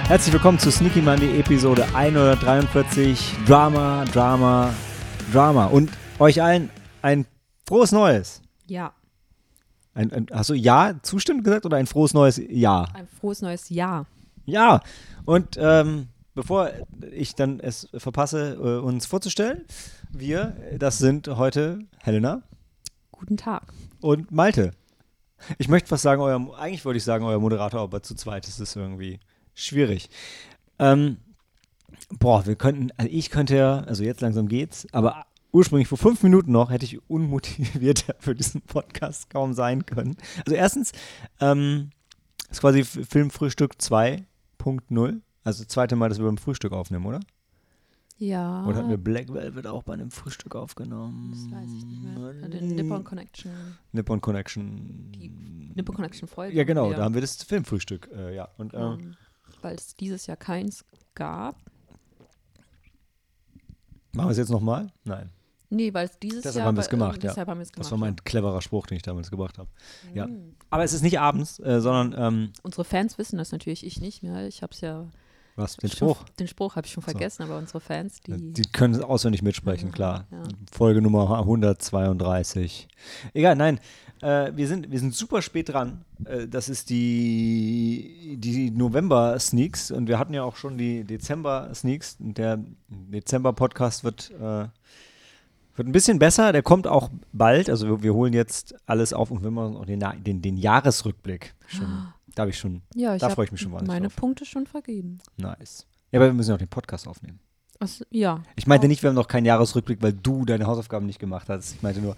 Herzlich willkommen zu Sneaky Monday Episode 143. Drama. Und euch allen ein frohes Neues. Ja. Hast du Ja zustimmend gesagt oder ein frohes neues Jahr? Ein frohes neues Jahr. Ja. Und bevor ich dann es verpasse, uns vorzustellen, das sind heute Helena. Guten Tag. Und Malte. Ich möchte fast sagen, eigentlich wollte ich sagen, euer Moderator, aber zu zweit ist es irgendwie schwierig. Ich könnte ja, also jetzt langsam geht's, aber ursprünglich vor 5 Minuten noch hätte ich unmotivierter für diesen Podcast kaum sein können. Also erstens, ist quasi Filmfrühstück 2.0, also das zweite Mal, dass wir beim Frühstück aufnehmen, oder? Ja. Oder hatten wir Black Velvet auch bei einem Frühstück aufgenommen? Das weiß ich nicht mehr. Den Nippon Connection. Nippon Connection. Die Nippon Connection Folge. Ja, genau, da haben wir das Filmfrühstück, ja. Und, weil es dieses Jahr keins gab. Machen wir es jetzt nochmal? Nein. Nee, weil es dieses Deshalb Jahr... haben wir es gemacht, ja. Deshalb haben wir es gemacht. Das war mein cleverer Spruch, den ich damals gebracht habe. Ja. Mhm. Aber es ist nicht abends, sondern... Unsere Fans wissen das natürlich, ich nicht mehr. Ich habe es ja... Was, den Spruch? Den Spruch habe ich schon vergessen, aber unsere Fans, die können es auswendig mitsprechen, klar. Ja. Folge Nummer 132. Egal, nein. Wir sind super spät dran. Das ist die November-Sneaks und wir hatten ja auch schon die Dezember-Sneaks. Der Dezember-Podcast wird ein bisschen besser. Der kommt auch bald. Also wir holen jetzt alles auf und wir machen auch den Jahresrückblick schon. Da freue ich mich schon wahnsinnig meine drauf. Punkte schon vergeben. Nice. Ja, aber wir müssen ja auch den Podcast aufnehmen. Ja. Ich meinte nicht, wir haben noch keinen Jahresrückblick, weil du deine Hausaufgaben nicht gemacht hast. Ich meinte nur,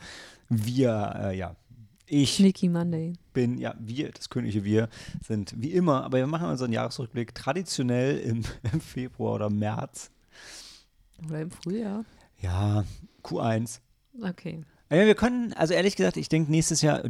ich Sneaky Monday. das königliche Wir sind wie immer, aber wir machen unseren Jahresrückblick traditionell im Februar oder März. Oder im Frühjahr. Ja, Q1. Okay. Ja, wir können, also ehrlich gesagt, ich denke dieses Jahr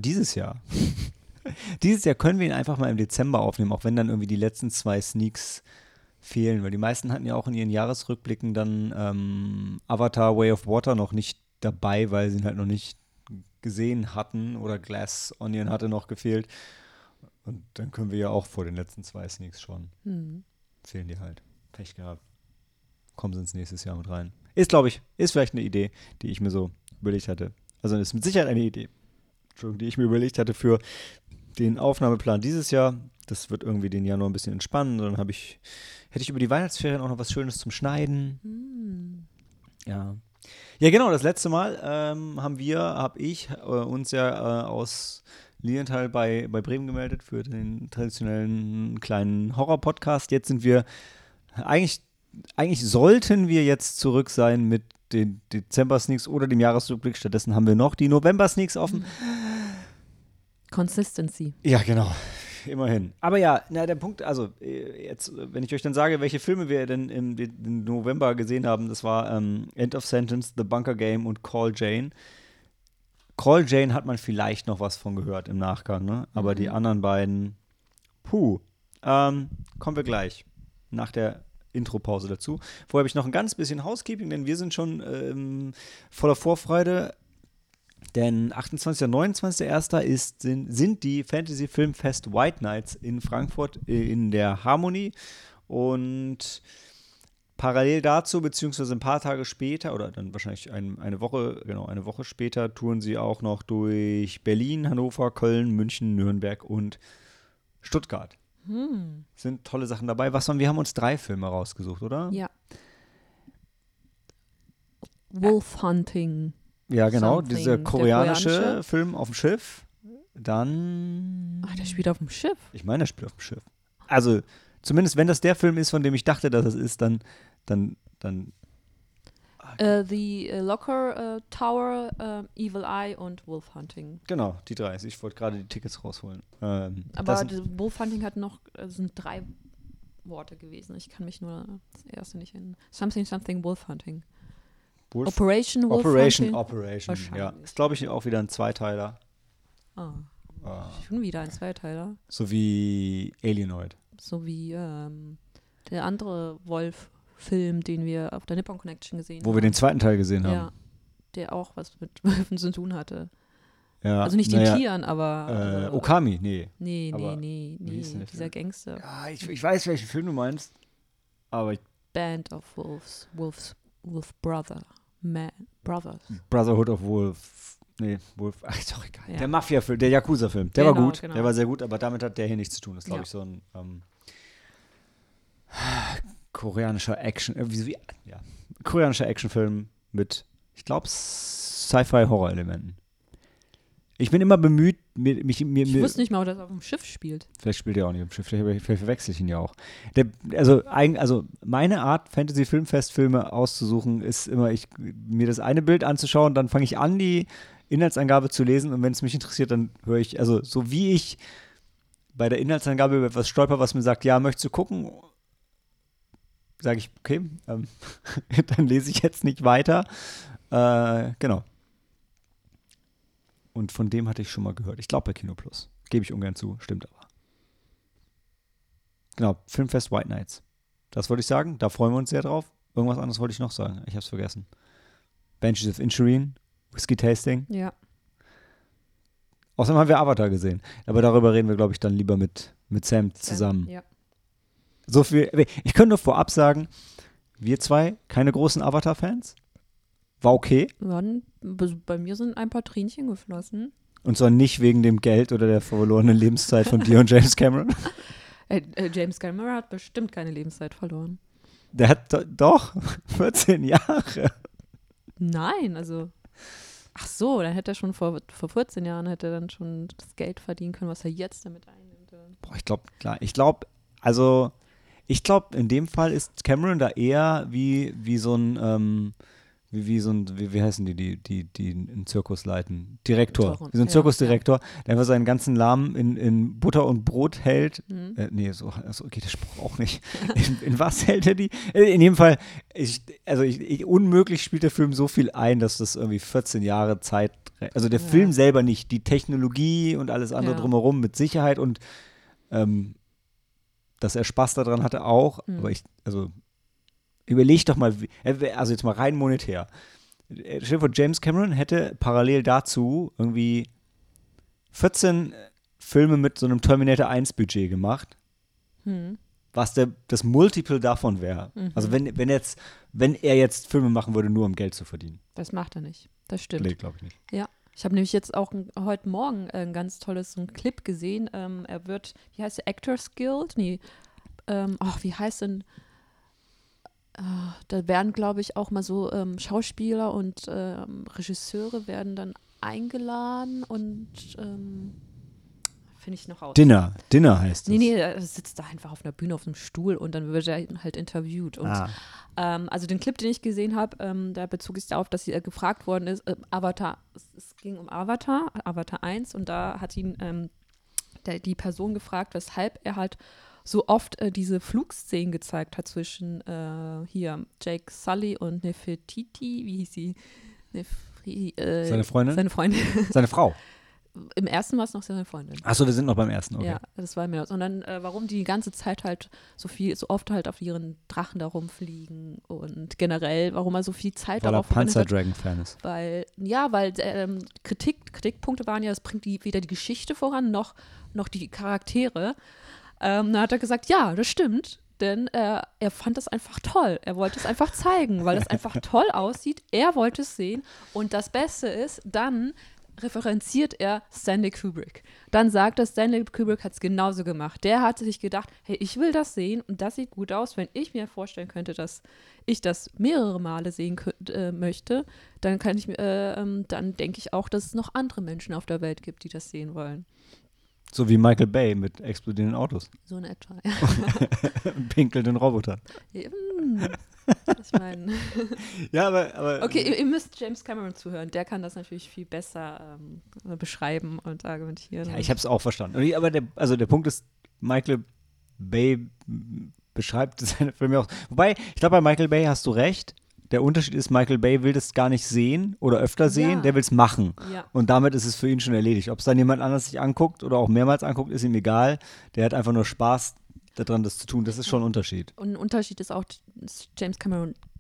können wir ihn einfach mal im Dezember aufnehmen, auch wenn dann irgendwie die letzten 2 Sneaks fehlen, weil die meisten hatten ja auch in ihren Jahresrückblicken dann Avatar Way of Water noch nicht dabei, weil sie ihn halt noch nicht gesehen hatten oder Glass Onion hatte noch gefehlt. Und dann können wir ja auch vor den letzten 2 Sneaks schon. Fehlen die halt. Pech gehabt. Kommen sie ins nächste Jahr mit rein. Ist vielleicht eine Idee, die ich mir so überlegt hatte. Also ist mit Sicherheit eine Idee, die ich mir überlegt hatte für den Aufnahmeplan dieses Jahr. Das wird irgendwie den Januar ein bisschen entspannen. Dann hätte ich über die Weihnachtsferien auch noch was Schönes zum Schneiden. Ja. Ja, genau, das letzte Mal habe ich uns ja aus Lilienthal bei Bremen gemeldet für den traditionellen kleinen Horror-Podcast. Jetzt sind wir, eigentlich sollten wir jetzt zurück sein mit den Dezember-Sneaks oder dem Jahresrückblick. Stattdessen haben wir noch die November-Sneaks offen. Consistency. Ja, genau. Immerhin. Aber ja, der Punkt, also jetzt, wenn ich euch dann sage, welche Filme wir denn im November gesehen haben, das war End of Sentence, The Bunker Game und Call Jane. Call Jane hat man vielleicht noch was von gehört im Nachgang, ne? Aber die anderen beiden, kommen wir gleich nach der Intro-Pause dazu. Vorher habe ich noch ein ganz bisschen Housekeeping, denn wir sind schon voller Vorfreude. Denn 28. und 29.01. sind die Fantasy Filmfest White Nights in Frankfurt in der Harmonie. Und parallel dazu, beziehungsweise ein paar Tage später, oder dann wahrscheinlich eine Woche später, touren sie auch noch durch Berlin, Hannover, Köln, München, Nürnberg und Stuttgart. Sind tolle Sachen dabei. Wir haben uns 3 Filme rausgesucht, oder? Ja. Wolf Hunting. Ja, genau, Something. dieser koreanische Film auf dem Schiff. Dann. Ach, der spielt auf dem Schiff. Ich meine, der spielt auf dem Schiff. Also, zumindest wenn das der Film ist, von dem ich dachte, dass es ist, dann. The Locker Tower, Evil Eye und Wolf Hunting. Genau, die 3. Ich wollte gerade die Tickets rausholen. Aber Wolf Hunting sind 3 Worte gewesen. Ich kann mich nur das erste nicht erinnern. Something Wolf Hunting. Operation Wolf Hunting? Operation, ja. Ist, glaube ich, auch wieder ein Zweiteiler. Schon wieder ein Zweiteiler. So wie Alienoid. So wie der andere Wolf-Film, den wir auf der Nippon Connection gesehen haben. Wo wir den zweiten Teil gesehen haben. Ja, der auch was mit Wölfen zu tun hatte. Ja, Also nicht den Tieren, aber Okami, nee. Nee, wie hieß denn der dieser Film? Gangster. Ja, ich weiß, welchen Film du meinst, aber Band of Wolves, Wolf Brothers. Brotherhood of Wolf. Nee, Wolf. Ach, ist doch egal. Ja. Der Mafia-Film, der Yakuza-Film. Der war gut. Der war sehr gut, aber damit hat der hier nichts zu tun. Das ist, glaube ich, so ein koreanischer Action. Koreanischer Actionfilm mit, ich glaube, Sci-Fi-Horror-Elementen. Ich bin immer bemüht, ich wusste nicht mal, ob das auf dem Schiff spielt. Vielleicht spielt er auch nicht auf dem Schiff, vielleicht verwechsel ich ihn ja auch. Also meine Art, Fantasy-Filmfestfilme auszusuchen, ist immer, mir das eine Bild anzuschauen, dann fange ich an, die Inhaltsangabe zu lesen und wenn es mich interessiert, dann höre ich, also so wie ich bei der Inhaltsangabe über etwas stolper, was mir sagt, ja, möchtest du gucken, sage ich, okay, dann lese ich jetzt nicht weiter. Genau. Und von dem hatte ich schon mal gehört. Ich glaube bei Kino Plus. Gebe ich ungern zu, stimmt aber. Genau, Filmfest White Nights. Das wollte ich sagen, da freuen wir uns sehr drauf. Irgendwas anderes wollte ich noch sagen, ich habe es vergessen. Banshees of Inisherin, Whisky Tasting. Ja. Außerdem haben wir Avatar gesehen. Aber darüber reden wir, glaube ich, dann lieber mit Sam zusammen. Ja. So viel. Ich könnte nur vorab sagen, wir zwei, keine großen Avatar-Fans. War okay. Bei mir sind ein paar Tränchen geflossen. Und zwar nicht wegen dem Geld oder der verlorenen Lebenszeit von dir und James Cameron. James Cameron hat bestimmt keine Lebenszeit verloren. Der hat doch 14 Jahre. Nein, also ach so, dann hätte er schon vor 14 Jahren hätte er dann schon das Geld verdienen können, was er jetzt damit einnimmt. Boah, ich glaube, in dem Fall ist Cameron da eher wie so ein wie heißen die einen Zirkus leiten? Direktor. Wie so ein Zirkusdirektor, der einfach seinen ganzen Laden in Butter und Brot hält. So geht der Spruch auch nicht. In was hält er die? In jedem Fall, unmöglich spielt der Film so viel ein, dass das irgendwie 14 Jahre Zeit, also der Film selber nicht, die Technologie und alles andere drumherum mit Sicherheit und dass er Spaß daran hatte auch, aber überleg doch mal, also jetzt mal rein monetär. Stell dir vor, James Cameron hätte parallel dazu irgendwie 14 Filme mit so einem Terminator 1 Budget gemacht, was das Multiple davon wäre. Also wenn er jetzt Filme machen würde, nur um Geld zu verdienen. Das macht er nicht. Das stimmt. Nee, glaube ich nicht. Ja. Ich habe nämlich jetzt auch heute Morgen ein ganz tolles so ein Clip gesehen. Er wird, wie heißt der, Actors Guild? Nee, wie heißt denn da werden, glaube ich, auch mal so Schauspieler und Regisseure werden dann eingeladen und finde ich noch raus. Dinner heißt es. Nee, er sitzt da einfach auf einer Bühne auf einem Stuhl und dann wird er halt interviewt. Und also den Clip, den ich gesehen habe, da bezog sich darauf, dass sie gefragt worden ist, Avatar, es ging um Avatar 1 und da hat ihn die Person gefragt, weshalb er halt so oft diese Flugszenen gezeigt hat zwischen hier Jake Sully und Nefertiti, wie hieß sie? Seine Freundin? Seine Freundin. Seine Frau. Im ersten war es noch seine Freundin. Achso, wir sind noch beim ersten, okay. Ja, das war mir das. Und dann, warum die ganze Zeit halt so oft halt auf ihren Drachen da rumfliegen und generell, warum er so viel Zeit darauf verwendet hat. Weil er Panzer-Dragon-Fan ist. Weil Kritikpunkte waren ja, das bringt weder die Geschichte voran, noch die Charaktere. Dann hat er gesagt, ja, das stimmt, denn er fand das einfach toll. Er wollte es einfach zeigen, weil es einfach toll aussieht. Er wollte es sehen. Und das Beste ist, dann referenziert er Stanley Kubrick. Dann sagt er, Stanley Kubrick hat es genauso gemacht. Der hatte sich gedacht, hey, ich will das sehen und das sieht gut aus. Wenn ich mir vorstellen könnte, dass ich das mehrere Male sehen möchte, dann dann denke ich auch, dass es noch andere Menschen auf der Welt gibt, die das sehen wollen. So wie Michael Bay mit explodierenden Autos. So in etwa, ja. Pinkelnden Robotern. Ja, ich meine. Ja, aber okay, ihr müsst James Cameron zuhören. Der kann das natürlich viel besser beschreiben und argumentieren. Ja, ich habe es auch verstanden. Aber der Punkt ist, Michael Bay beschreibt seine Filme auch. Wobei, ich glaube, bei Michael Bay hast du recht. Der Unterschied ist, Michael Bay will das gar nicht sehen oder öfter sehen, der will es machen. Ja. Und damit ist es für ihn schon erledigt. Ob es dann jemand anders sich anguckt oder auch mehrmals anguckt, ist ihm egal. Der hat einfach nur Spaß daran, das zu tun. Das ist schon ein Unterschied. Und ein Unterschied ist auch, James Cameron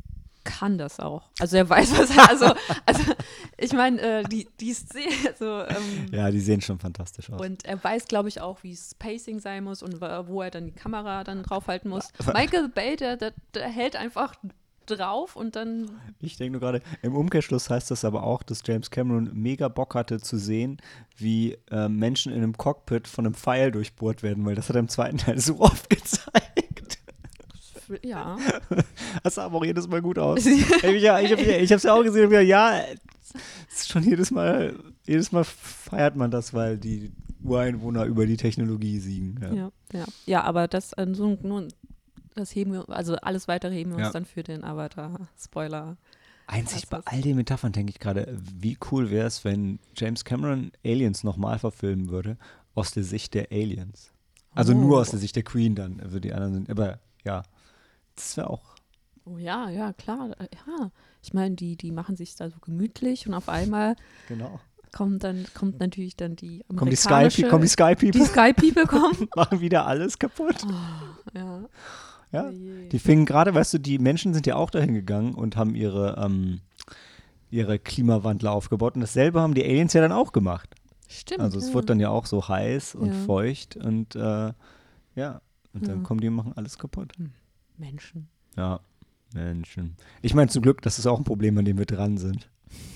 kann das auch. Also er weiß, was er, also ich meine, die Szene, Ja, die sehen schon fantastisch aus. und er weiß, glaube ich, auch, wie Spacing sein muss und wo er dann die Kamera dann draufhalten muss. Michael Bay, der hält einfach drauf und dann. Ich denke nur gerade, im Umkehrschluss heißt das aber auch, dass James Cameron mega Bock hatte zu sehen, wie Menschen in einem Cockpit von einem Pfeil durchbohrt werden, weil das hat er im zweiten Teil so oft gezeigt. Ja. Das sah aber auch jedes Mal gut aus. Ich habe es ja auch gesehen und gesagt, ja, es ist schon jedes Mal feiert man das, weil die Ureinwohner über die Technologie siegen. Ja, aber das das heben wir, also alles weitere heben wir uns dann für den Avatar-Spoiler. Einzig bei all den Metaphern denke ich gerade, wie cool wäre es, wenn James Cameron Aliens nochmal verfilmen würde, aus der Sicht der Aliens. Also nur aus der Sicht der Queen dann, also die anderen sind, aber ja, das wäre auch. Oh ja, klar, ja. Ich meine, die machen sich da so gemütlich und auf einmal kommt natürlich dann die amerikanische. Kommen die Sky People. Die Sky People kommen. Machen wieder alles kaputt. Oh, ja. Ja, die fingen gerade, weißt du, die Menschen sind ja auch dahin gegangen und haben ihre Klimawandler aufgebaut und dasselbe haben die Aliens ja dann auch gemacht. Stimmt. Also es wird dann ja auch so heiß und feucht und und dann kommen die und machen alles kaputt. Menschen. Ja, Menschen. Ich meine zum Glück, das ist auch ein Problem, an dem wir dran sind.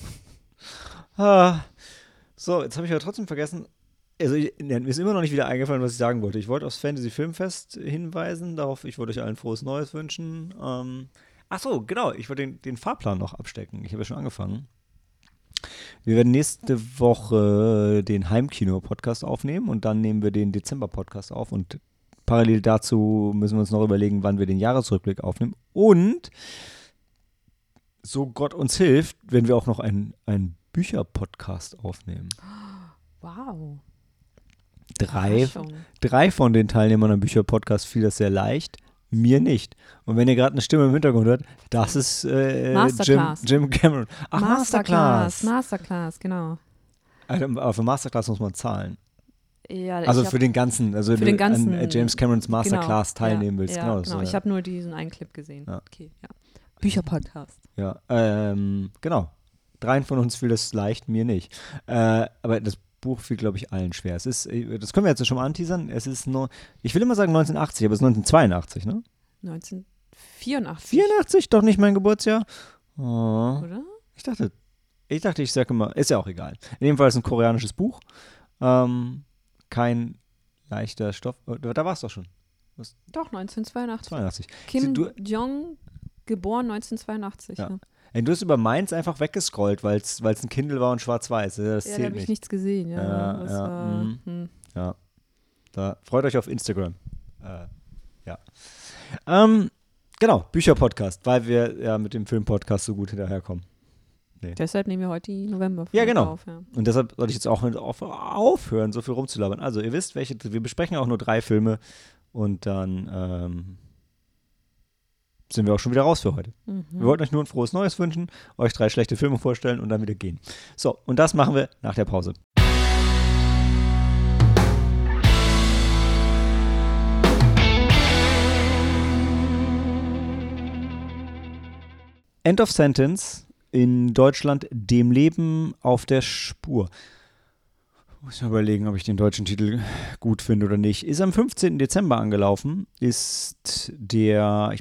So, jetzt habe ich aber trotzdem vergessen, also mir ist immer noch nicht wieder eingefallen, was ich sagen wollte. Ich wollte aufs Fantasy-Filmfest hinweisen, darauf, ich wollte euch allen frohes Neues wünschen. Ach so, genau, ich wollte den Fahrplan noch abstecken. Ich habe ja schon angefangen. Wir werden nächste Woche den Heimkino-Podcast aufnehmen und dann nehmen wir den Dezember-Podcast auf und parallel dazu müssen wir uns noch überlegen, wann wir den Jahresrückblick aufnehmen. Und so Gott uns hilft, werden wir auch noch einen Bücher-Podcast aufnehmen. Wow. Drei von den Teilnehmern am Bücher-Podcast fiel das sehr leicht, mir nicht. Und wenn ihr gerade eine Stimme im Hintergrund hört, das ist Jim Cameron. Ach, Masterclass, genau. Aber für Masterclass muss man zahlen. Ja, also für den ganzen, also wenn du an James Camerons Masterclass teilnehmen willst. Ja, genau. Ich habe nur diesen einen Clip gesehen. Ja. Okay, ja. Bücher-Podcast. Ja, genau. Dreien von uns fiel das leicht, mir nicht. Aber das Buch fiel, glaube ich, allen schwer. Das können wir jetzt schon mal anteasern. Es ist nur, ich will immer sagen 1980, aber es ist 1982, ne? 1984. 84? Doch nicht mein Geburtsjahr? Oh. Oder? Ich dachte, ich sage immer, ist ja auch egal. In dem Fall ist es ein koreanisches Buch. Kein leichter Stoff. Da war es doch schon. Doch, 1982. 82. Kim Jong, geboren 1982. Ja. Du hast über Mainz einfach weggescrollt, weil es ein Kindle war und schwarz-weiß. Das da zählt habe ich nicht. nichts gesehen. Ja. Da freut euch auf Instagram. Genau, Bücher-Podcast, weil wir ja mit dem Film-Podcast so gut hinterherkommen. Nee. Deshalb nehmen wir heute die November genau. auf. Ja. Und deshalb sollte ich jetzt auch aufhören, so viel rumzulabern. Also ihr wisst, wir besprechen auch nur 3 Filme und dann sind wir auch schon wieder raus für heute. Wir wollten euch nur ein frohes Neues wünschen, euch 3 schlechte Filme vorstellen und dann wieder gehen. So, und das machen wir nach der Pause. End of Sentence, in Deutschland Dem Leben auf der Spur. Muss ich mal überlegen, ob ich den deutschen Titel gut finde oder nicht. Ist am 15. Dezember angelaufen. Ist der,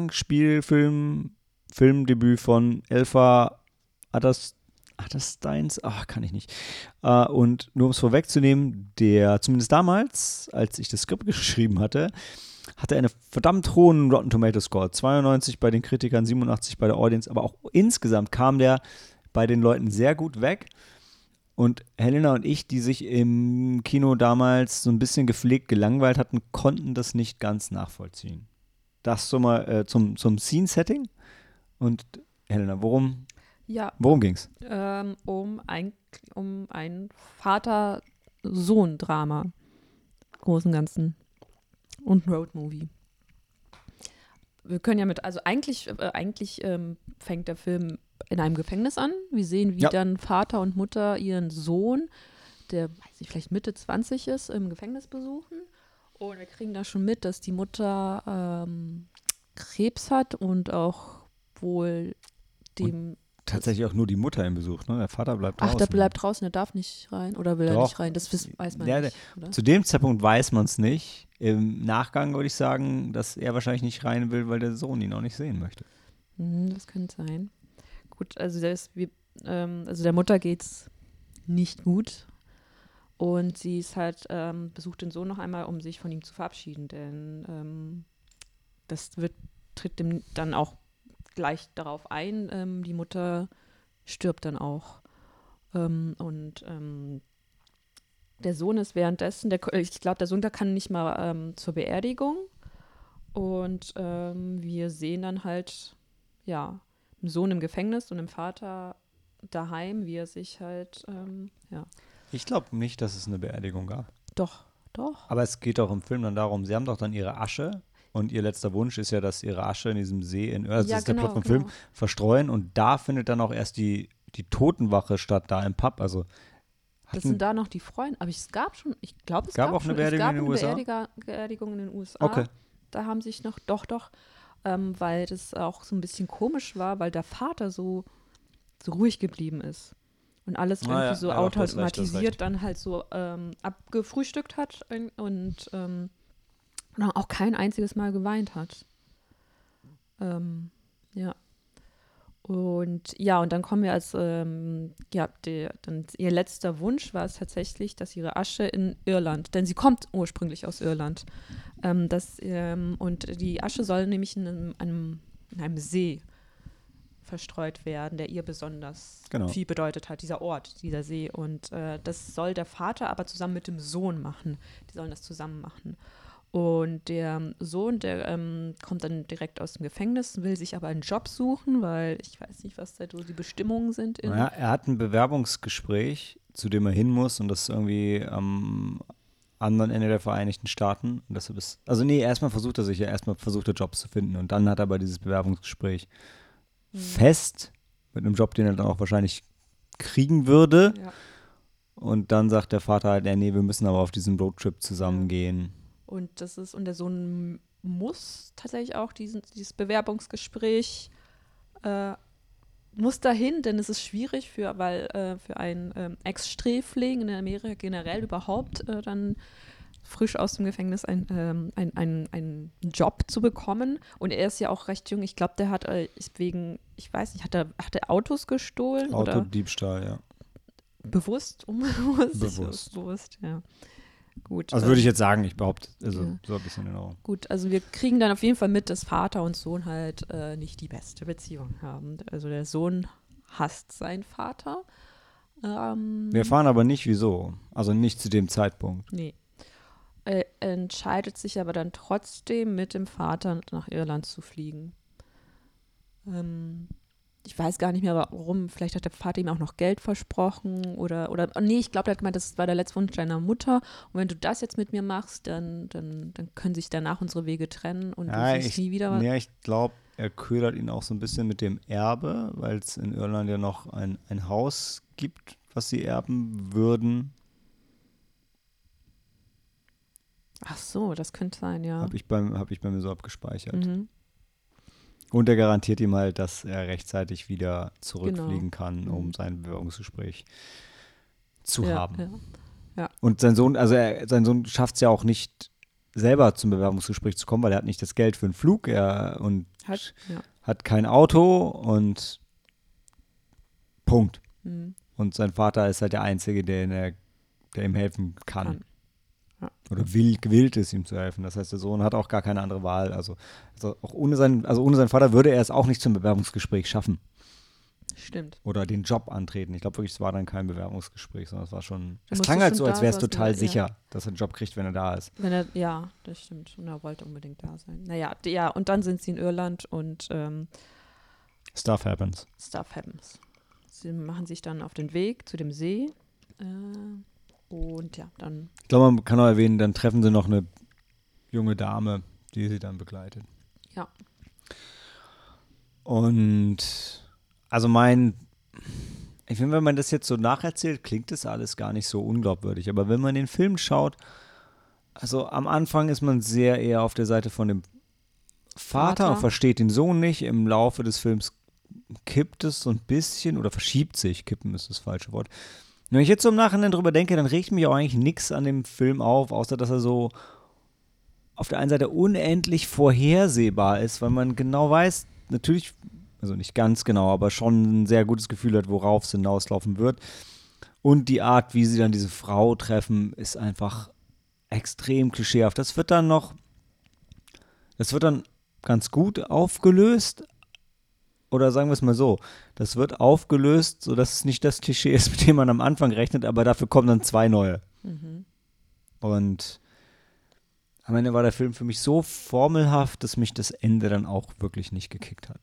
Filmdebüt von Elfa Addersteins. Kann ich nicht. Und nur um es vorwegzunehmen, der zumindest damals, als ich das Skript geschrieben hatte er einen verdammt hohen Rotten Tomatoes Score. 92 bei den Kritikern, 87 bei der Audience. Aber auch insgesamt kam der bei den Leuten sehr gut weg. Und Helena und ich, die sich im Kino damals so ein bisschen gepflegt gelangweilt hatten, konnten das nicht ganz nachvollziehen. Das so mal zum Scene-Setting. Und Helena, worum ging's? Um ein Vater-Sohn-Drama. Großen Ganzen. Und ein Roadmovie. Wir können ja eigentlich fängt der Film in einem Gefängnis an. Wir sehen, wie dann Vater und Mutter ihren Sohn, der, weiß ich, vielleicht Mitte 20 ist, im Gefängnis besuchen. Und wir kriegen da schon mit, dass die Mutter Krebs hat und auch wohl dem. Tatsächlich auch nur die Mutter ihn besucht, ne? Der Vater bleibt draußen. Ach, der bleibt draußen, der darf nicht rein oder will er Doch. nicht rein? Das weiß man Ja, nicht, oder? Zu dem Zeitpunkt weiß man es nicht. Im Nachgang würde ich sagen, dass er wahrscheinlich nicht rein will, weil der Sohn ihn auch nicht sehen möchte. Das könnte sein. Gut, also also der Mutter geht's nicht gut. Und sie ist halt, besucht den Sohn noch einmal, um sich von ihm zu verabschieden, denn das tritt dem dann auch gleich darauf ein. Die Mutter stirbt dann auch. Der Sohn ist währenddessen, ich glaube, der Sohn, der kann nicht mal zur Beerdigung. Und wir sehen dann halt, ja, den Sohn im Gefängnis und den Vater daheim, wie er sich halt, ja. Ich glaube nicht, dass es eine Beerdigung gab. Doch. Aber es geht auch im Film dann darum, sie haben doch dann ihre Asche und ihr letzter Wunsch ist ja, dass ihre Asche in diesem See, das ist der Plot vom Film, verstreuen und da findet dann auch erst die Totenwache statt, da im Pub. Also das sind da noch die Freunde, aber es gab schon, ich glaube, es gab auch schon, eine Beerdigung in den USA? Beerdigung in den USA. Okay. Da haben sich noch, doch, weil das auch so ein bisschen komisch war, weil der Vater so ruhig geblieben ist und alles irgendwie so automatisiert dann halt so abgefrühstückt hat und auch kein einziges Mal geweint hat. Ja. Und dann kommen wir dann ihr letzter Wunsch war es tatsächlich, dass ihre Asche in Irland, denn sie kommt ursprünglich aus Irland, und die Asche soll nämlich in einem See verstreut werden, der ihr besonders viel bedeutet hat, dieser Ort, dieser See. Und das soll der Vater aber zusammen mit dem Sohn machen. Die sollen das zusammen machen. Und der Sohn, der kommt dann direkt aus dem Gefängnis, will sich aber einen Job suchen, weil ich weiß nicht, was da so die Bestimmungen sind. Er hat ein Bewerbungsgespräch, zu dem er hin muss und das ist irgendwie am anderen Ende der Vereinigten Staaten. Und deshalb erstmal versucht er Jobs zu finden und dann hat er aber dieses Bewerbungsgespräch fest mit einem Job, den er dann auch wahrscheinlich kriegen würde. Ja. Und dann sagt der Vater halt, nee, wir müssen aber auf diesen Roadtrip zusammen gehen. Und der Sohn muss tatsächlich auch dieses Bewerbungsgespräch muss dahin, denn es ist schwierig für einen Ex-Sträfling in Amerika generell überhaupt dann frisch aus dem Gefängnis einen Job zu bekommen. Und er ist ja auch recht jung. Ich glaube, der hat ich weiß nicht, hat er Autos gestohlen? Autodiebstahl, ja. Bewusst, unbewusst? Bewusst, ja. Gut. Also würde ich jetzt sagen, ich behaupte, so ein bisschen in Ordnung. Gut, also wir kriegen dann auf jeden Fall mit, dass Vater und Sohn halt nicht die beste Beziehung haben. Also der Sohn hasst seinen Vater. Wir erfahren aber nicht, wieso. Also nicht zu dem Zeitpunkt. Nee. Er entscheidet sich aber dann trotzdem, mit dem Vater nach Irland zu fliegen. Ich weiß gar nicht mehr, warum. Vielleicht hat der Vater ihm auch noch Geld versprochen oder nee, ich glaube, er hat gemeint, das war der letzte Wunsch deiner Mutter. Und wenn du das jetzt mit mir machst, dann können sich danach unsere Wege trennen und du siehst nie wieder was. Ja, ich glaube, er ködert ihn auch so ein bisschen mit dem Erbe, weil es in Irland ja noch ein Haus gibt, was sie erben würden. Ach so, das könnte sein, ja. Hab ich bei mir so abgespeichert. Mhm. Und er garantiert ihm halt, dass er rechtzeitig wieder zurückfliegen kann, um sein Bewerbungsgespräch zu haben. Ja. Und sein Sohn schafft es ja auch nicht, selber zum Bewerbungsgespräch zu kommen, weil er hat nicht das Geld für einen Flug hat kein Auto und Punkt. Mhm. Und sein Vater ist halt der Einzige, der ihm helfen kann. Ja. Oder gewillt ist, ihm zu helfen. Das heißt, der Sohn hat auch gar keine andere Wahl. Also auch ohne seinen Vater würde er es auch nicht zum Bewerbungsgespräch schaffen. Stimmt. Oder den Job antreten. Ich glaube wirklich, es war dann kein Bewerbungsgespräch, sondern es war schon. Es klang halt so, als wäre es total sicher, dass er einen Job kriegt, wenn er da ist. Ja, das stimmt. Und er wollte unbedingt da sein. Naja, und dann sind sie in Irland und Stuff happens. Sie machen sich dann auf den Weg zu dem See. Und ja, dann. Ich glaube, man kann auch erwähnen, dann treffen sie noch eine junge Dame, die sie dann begleitet. Ja. Und also ich finde, wenn man das jetzt so nacherzählt, klingt das alles gar nicht so unglaubwürdig. Aber wenn man den Film schaut, also am Anfang ist man sehr eher auf der Seite von dem Vater und versteht den Sohn nicht. Im Laufe des Films kippt es so ein bisschen oder verschiebt sich. Kippen ist das falsche Wort. Wenn ich jetzt so im Nachhinein drüber denke, dann regt mich auch eigentlich nichts an dem Film auf, außer dass er so auf der einen Seite unendlich vorhersehbar ist, weil man genau weiß, natürlich, also nicht ganz genau, aber schon ein sehr gutes Gefühl hat, worauf es hinauslaufen wird. Und die Art, wie sie dann diese Frau treffen, ist einfach extrem klischeehaft. Das wird dann ganz gut aufgelöst. Oder sagen wir es mal so, das wird aufgelöst, sodass es nicht das Klischee ist, mit dem man am Anfang rechnet, aber dafür kommen dann 2 neue. Und am Ende war der Film für mich so formelhaft, dass mich das Ende dann auch wirklich nicht gekickt hat.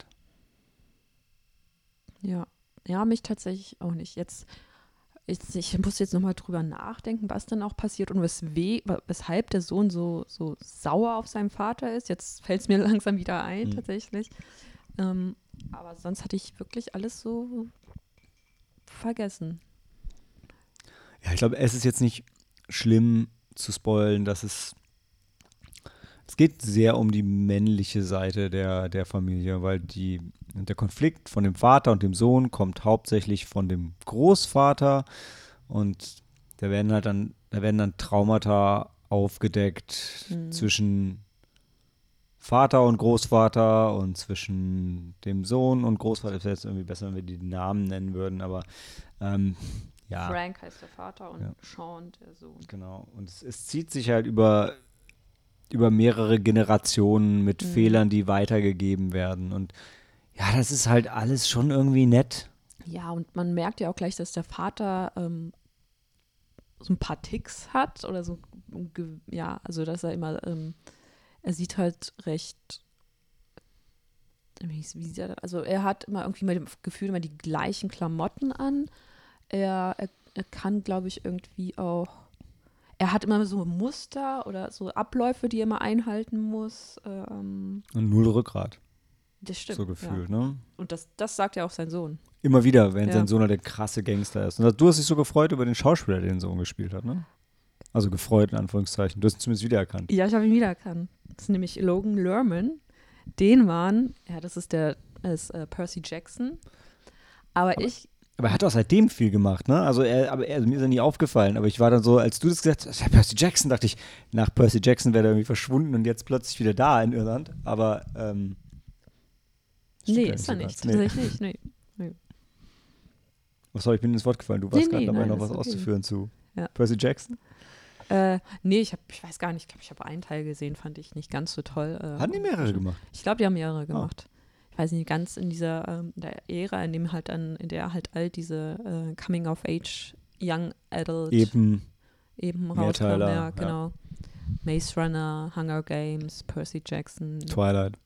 Ja, mich tatsächlich auch nicht. Ich muss jetzt nochmal drüber nachdenken, was dann auch passiert und weshalb der Sohn so sauer auf seinen Vater ist. Jetzt fällt es mir langsam wieder ein, tatsächlich. Aber sonst hatte ich wirklich alles so vergessen. Ja, ich glaube, es ist jetzt nicht schlimm zu spoilen, dass es geht sehr um die männliche Seite der Familie, weil der Konflikt von dem Vater und dem Sohn kommt hauptsächlich von dem Großvater und da werden dann Traumata aufgedeckt zwischen Vater und Großvater und zwischen dem Sohn und Großvater. Das wäre jetzt irgendwie besser, wenn wir die Namen nennen würden, aber ja. Frank heißt der Vater und Sean der Sohn. Genau, und es zieht sich halt über mehrere Generationen mit Fehlern, die weitergegeben werden. Und ja, das ist halt alles schon irgendwie nett. Ja, und man merkt ja auch gleich, dass der Vater so ein paar Ticks hat oder so, ja, also dass er immer, er sieht halt recht, also er hat immer irgendwie mit dem Gefühl immer die gleichen Klamotten an. Er kann, glaube ich, irgendwie auch, er hat immer so Muster oder so Abläufe, die er immer einhalten muss. Und 0 Rückgrat. Das stimmt. So gefühlt, ne? Und das sagt ja auch sein Sohn. Immer wieder, wenn sein Sohn halt der krasse Gangster ist. Und du hast dich so gefreut über den Schauspieler, der den Sohn gespielt hat, ne? Also gefreut, in Anführungszeichen. Du hast ihn zumindest wiedererkannt. Ja, ich habe ihn wiedererkannt. Das ist nämlich Logan Lerman. Das ist Percy Jackson. Aber er hat auch seitdem viel gemacht, ne? Also mir ist er nie aufgefallen. Aber ich war dann so, als du das gesagt hast, das ist ja Percy Jackson, dachte ich, nach Percy Jackson wäre er irgendwie verschwunden und jetzt plötzlich wieder da in Irland. Aber nee, ist er nicht. Tatsächlich nicht. Nee. Was soll ich bin ins Wort gefallen? Du warst gerade dabei, noch was auszuführen zu Percy Jackson? Nee, ich weiß gar nicht. Ich glaube, ich habe einen Teil gesehen, fand ich nicht ganz so toll. Hatten die mehrere gemacht? Ich glaube, die haben mehrere gemacht. Ich weiß nicht, ganz in dieser der Ära, in der halt all diese Coming-of-Age Young Adult eben rauskam. Ja, genau. Maze Runner, Hunger Games, Percy Jackson. Twilight.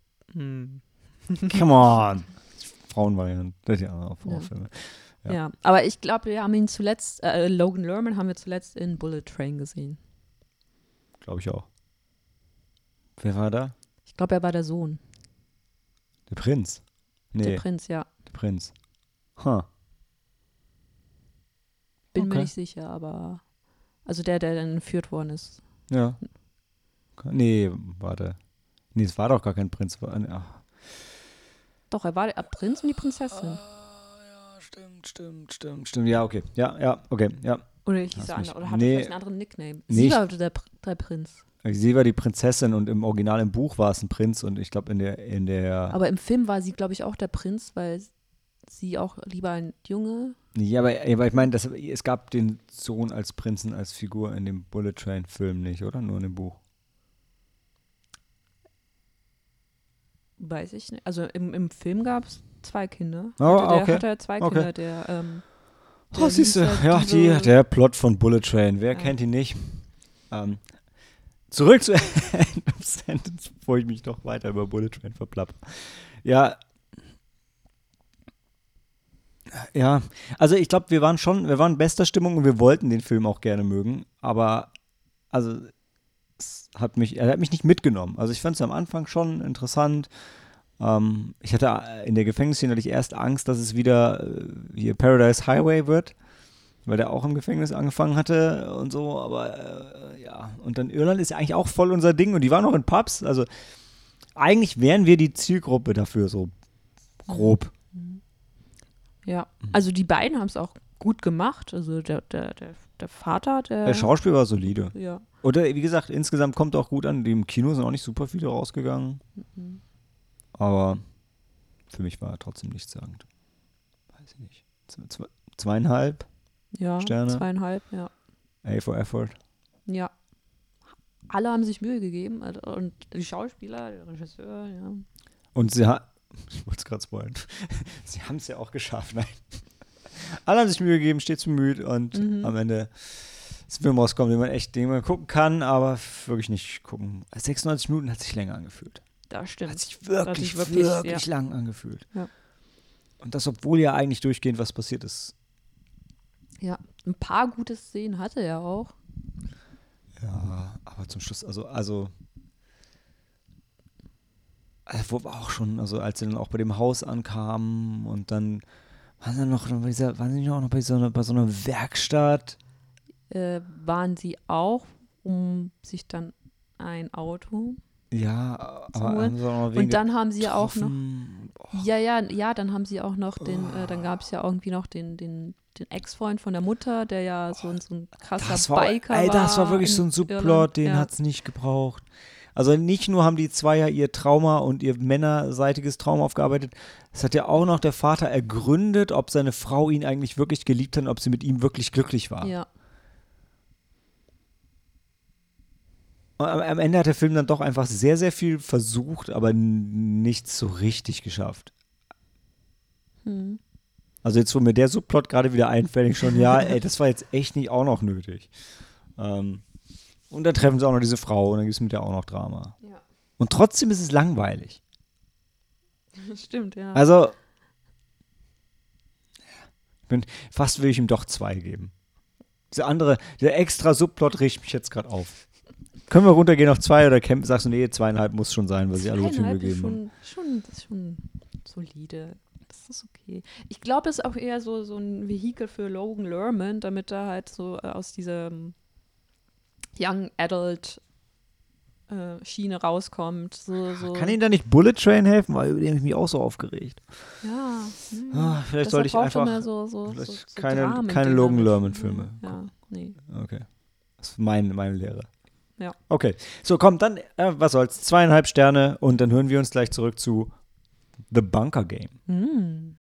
Come on! Frauenvariante. Das ist ja auch Frauenfilme. Ja, aber ich glaube, wir haben ihn zuletzt, Logan Lerman haben wir zuletzt in Bullet Train gesehen. Glaube ich auch. Wer war da? Ich glaube, er war der Sohn. Der Prinz? Nee. Der Prinz, ja. Der Prinz. Bin mir nicht sicher, aber also der dann entführt worden ist. Ja. Nee, warte. Nee, es war doch gar kein Prinz. Doch, er war der Prinz und die Prinzessin. Stimmt. Ja, okay. Ja, okay, ja. Oder hieß er anders, oder hatte vielleicht einen anderen Nickname. Sie war der Prinz. Sie war die Prinzessin und im Original im Buch war es ein Prinz und ich glaube in der Aber im Film war sie, glaube ich, auch der Prinz, weil sie auch lieber ein Junge. Ja, aber ich meine, es gab den Sohn als Prinzen als Figur in dem Bullet Train Film nicht, oder? Nur in dem Buch. Weiß ich nicht. Also im Film gab es 2 Kinder. Okay. Hatte 2 Kinder, der siehst du, ja, der Plot von Bullet Train. Wer kennt ihn nicht? Zurück zu End of Sentence, bevor ich mich noch weiter über Bullet Train verplappe. Ja, also ich glaube, wir waren in bester Stimmung und wir wollten den Film auch gerne mögen, aber also er hat mich nicht mitgenommen. Also ich fand es am Anfang schon interessant. Ich hatte in der Gefängnisszene erst Angst, dass es wieder hier Paradise Highway wird, weil der auch im Gefängnis angefangen hatte und so, aber ja. Und dann Irland ist ja eigentlich auch voll unser Ding und die waren noch in Pubs, also eigentlich wären wir die Zielgruppe dafür, so grob. Ja, also die beiden haben es auch gut gemacht. Also der Vater, Der Schauspiel war solide. Ja. Oder wie gesagt, insgesamt kommt auch gut an. Die im Kino sind auch nicht super viele rausgegangen. Aber für mich war er trotzdem nichtssagend. Weiß ich nicht. 2,5 Ja, Sterne. 2,5, ja. A for Effort. Ja. Alle haben sich Mühe gegeben. Und die Schauspieler, der Regisseur, ja. Und ich wollte es gerade spoilern. Sie haben es ja auch geschafft. Nein. Alle haben sich Mühe gegeben, stets bemüht und am Ende ist ein Film rausgekommen, den man gucken kann, aber wirklich nicht gucken. 96 Minuten hat sich länger angefühlt. Das stimmt. Hat sich wirklich lang angefühlt. Ja. Und das, obwohl ja eigentlich durchgehend was passiert ist. Ja, ein paar gute Szenen hatte er auch. Ja, aber zum Schluss, also wo war auch schon, also als sie dann auch bei dem Haus ankamen und dann waren sie noch bei so einer Werkstatt. Waren sie auch, um sich dann ein Auto Ja, zu aber holen. haben sie auch noch Und dann haben sie ja auch noch, Oh. ja, dann haben sie auch noch dann gab es ja irgendwie noch den Ex-Freund von der Mutter, der ja so ein krasser Biker war. Das war wirklich so ein Subplot, den hat es nicht gebraucht. Also nicht nur haben die zwei ja ihr Trauma und ihr männerseitiges Trauma aufgearbeitet, es hat ja auch noch der Vater ergründet, ob seine Frau ihn eigentlich wirklich geliebt hat und ob sie mit ihm wirklich glücklich war. Ja. Und am Ende hat der Film dann doch einfach sehr, sehr viel versucht, aber nichts so richtig geschafft. Also jetzt, wo mir der Subplot gerade wieder einfällt, ich schon, ja, ey, das war jetzt echt nicht auch noch nötig. Und dann treffen sie auch noch diese Frau und dann gibt es mit der auch noch Drama. Ja. Und trotzdem ist es langweilig. Das stimmt, ja. Also, fast will ich ihm doch 2 geben. Der extra Subplot riecht mich jetzt gerade auf. Können wir runtergehen auf 2 oder sagst du, nee, 2,5 muss schon sein, weil sie alle so viel gegeben haben? Das ist schon solide. Das ist okay. Ich glaube, das ist auch eher so ein Vehikel für Logan Lerman, damit er halt so aus dieser Young Adult Schiene rauskommt. So. Kann Ihnen da nicht Bullet Train helfen? Weil über den habe ich mich auch so aufgeregt. Ja. Vielleicht sollte ich einfach keine Logan Lerman-Filme. Ja, nee. Okay. Das ist meine Lehre. Ja. Okay. So, komm, dann, was soll's, 2,5 Sterne und dann hören wir uns gleich zurück zu The Bunker Game.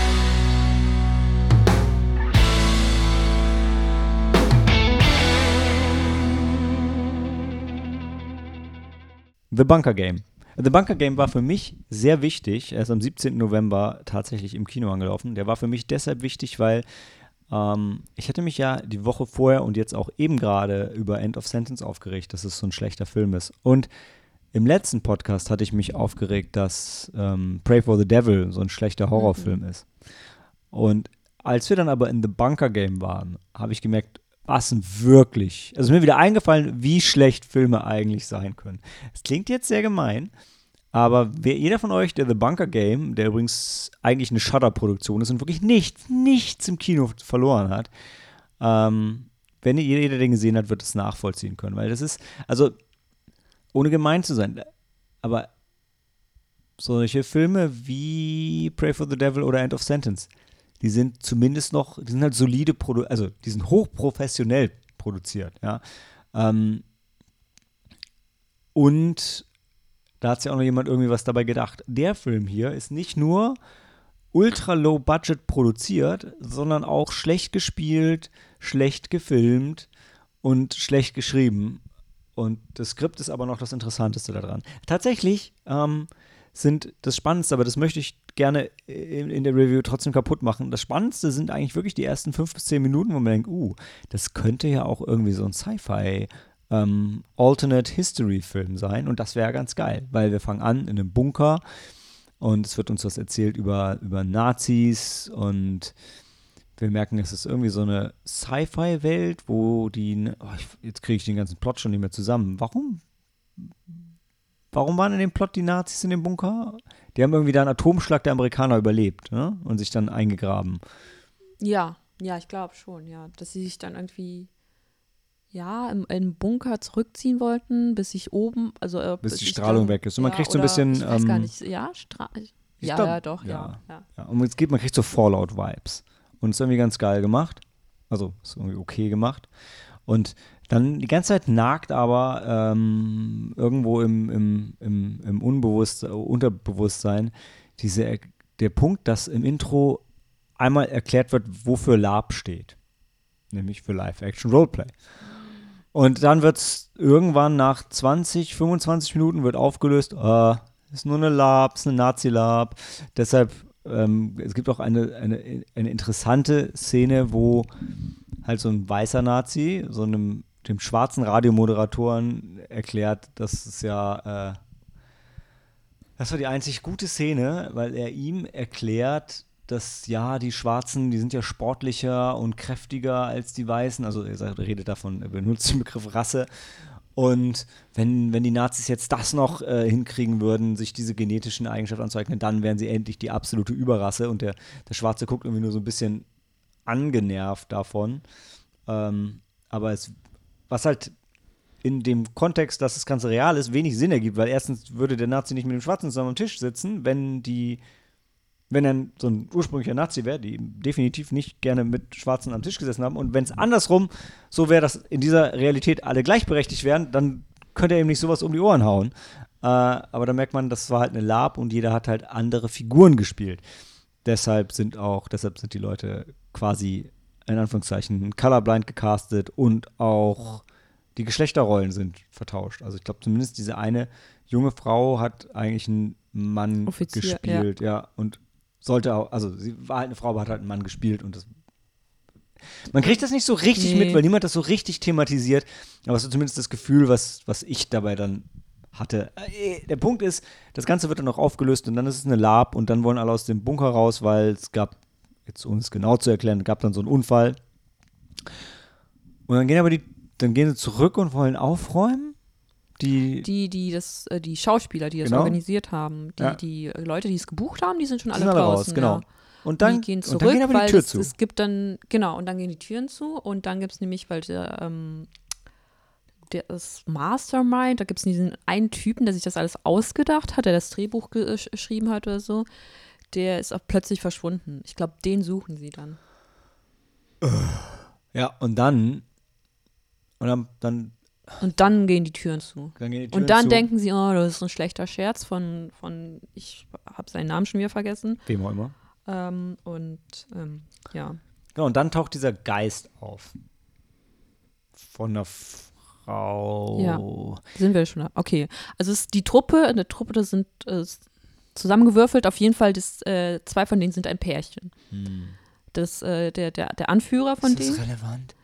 The Bunker Game. The Bunker Game war für mich sehr wichtig. Er ist am 17. November tatsächlich im Kino angelaufen. Der war für mich deshalb wichtig, weil ich hatte mich ja die Woche vorher und jetzt auch eben gerade über End of Sentence aufgeregt, dass es so ein schlechter Film ist. Und im letzten Podcast hatte ich mich aufgeregt, dass Pray for the Devil so ein schlechter Horrorfilm ist. Und als wir dann aber in The Bunker Game waren, habe ich gemerkt, was wirklich, also mir wieder eingefallen, wie schlecht Filme eigentlich sein können. Es klingt jetzt sehr gemein, aber jeder von euch, der The Bunker Game, der übrigens eigentlich eine Shudder-Produktion ist und wirklich nichts im Kino verloren hat, wenn jeder den gesehen hat, wird es nachvollziehen können. Weil das ist, also ohne gemein zu sein, aber solche Filme wie Pray for the Devil oder End of Sentence, die sind zumindest noch, die sind halt solide, also die sind hochprofessionell produziert, ja. Und da hat sich auch noch jemand irgendwie was dabei gedacht. Der Film hier ist nicht nur ultra low budget produziert, sondern auch schlecht gespielt, schlecht gefilmt und schlecht geschrieben. Und das Skript ist aber noch das Interessanteste daran. Tatsächlich sind das Spannendste, aber das möchte ich gerne in der Review trotzdem kaputt machen. Das Spannendste sind eigentlich wirklich die ersten 5 bis 10 Minuten, wo man denkt, das könnte ja auch irgendwie so ein Sci-Fi Alternate History Film sein und das wäre ganz geil, weil wir fangen an in einem Bunker und es wird uns was erzählt über Nazis und wir merken, es ist irgendwie so eine Sci-Fi-Welt, wo jetzt kriege ich den ganzen Plot schon nicht mehr zusammen. Warum waren in dem Plot die Nazis in dem Bunker? Die haben irgendwie da einen Atomschlag der Amerikaner überlebt, ne? Und sich dann eingegraben. Ja, ich glaube schon, ja. Dass sie sich dann irgendwie ja, im Bunker zurückziehen wollten, bis ich oben, also bis die ich Strahlung dann, weg ist. Und man ja, kriegt so ein oder bisschen. ich weiß gar nicht, ja, Ich ja, glaub, ja, doch, ja. ja. Ja, und man kriegt so Fallout-Vibes. Und ist irgendwie ganz geil gemacht. Also ist irgendwie okay gemacht. Und dann die ganze Zeit nagt aber irgendwo im Unterbewusstsein der Punkt, dass im Intro einmal erklärt wird, wofür LARP steht. Nämlich für Live-Action-Roleplay. Und dann wird es irgendwann nach 20, 25 Minuten wird aufgelöst, ist nur eine LARP, ist eine Nazi-LARP. Deshalb, es gibt auch eine interessante Szene, wo halt so ein weißer Nazi dem schwarzen Radiomoderatoren erklärt, dass es ja, das war die einzig gute Szene, weil er ihm erklärt, dass ja, die Schwarzen, die sind ja sportlicher und kräftiger als die Weißen. Also er redet davon, er benutzt den Begriff Rasse. Und wenn die Nazis jetzt das noch hinkriegen würden, sich diese genetischen Eigenschaften anzueignen, dann wären sie endlich die absolute Überrasse. Und der Schwarze guckt irgendwie nur so ein bisschen angenervt davon. Aber was halt in dem Kontext, dass das Ganze real ist, wenig Sinn ergibt, weil erstens würde der Nazi nicht mit dem Schwarzen zusammen am Tisch sitzen, wenn er so ein ursprünglicher Nazi wäre, die definitiv nicht gerne mit Schwarzen am Tisch gesessen haben. Und wenn es andersrum so wäre, dass in dieser Realität alle gleichberechtigt wären, dann könnte er ihm nicht sowas um die Ohren hauen. Aber da merkt man, das war halt eine LARP und jeder hat halt andere Figuren gespielt. Deshalb sind die Leute quasi in Anführungszeichen colorblind gecastet und auch die Geschlechterrollen sind vertauscht. Also ich glaube zumindest diese eine junge Frau hat eigentlich einen Mann Offizier, gespielt, ja. Und sollte auch, also sie war halt eine Frau, aber hat halt einen Mann gespielt und man kriegt das nicht so richtig mit, weil niemand das so richtig thematisiert, aber es ist zumindest das Gefühl, was ich dabei dann hatte. Der Punkt ist, das Ganze wird dann noch aufgelöst und dann ist es eine LARP und dann wollen alle aus dem Bunker raus, weil es gab, jetzt um es genau zu erklären, gab dann so einen Unfall. Und dann gehen sie zurück und wollen aufräumen. Die Schauspieler, die das organisiert haben, die Leute, die es gebucht haben, die sind schon alle draußen. Genau. Ja. Und dann, die gehen zurück, und dann gehen aber weil die Tür zu. Es gibt dann, genau, und dann gehen die Türen zu und dann gibt es nämlich, weil der ist Mastermind, da gibt es diesen einen Typen, der sich das alles ausgedacht hat, der das Drehbuch geschrieben hat oder so, der ist auch plötzlich verschwunden. Ich glaube, den suchen sie dann. Ja, und dann gehen die Türen zu. Und dann denken sie, oh, das ist ein schlechter Scherz von ich habe seinen Namen schon wieder vergessen. Wem auch immer. Ja. Genau, und dann taucht dieser Geist auf. Von einer Frau. Ja, sind wir schon da. Okay, also es ist die Truppe, das sind zusammengewürfelt. Auf jeden Fall, zwei von denen sind ein Pärchen. Der Anführer von denen. Ist das relevant?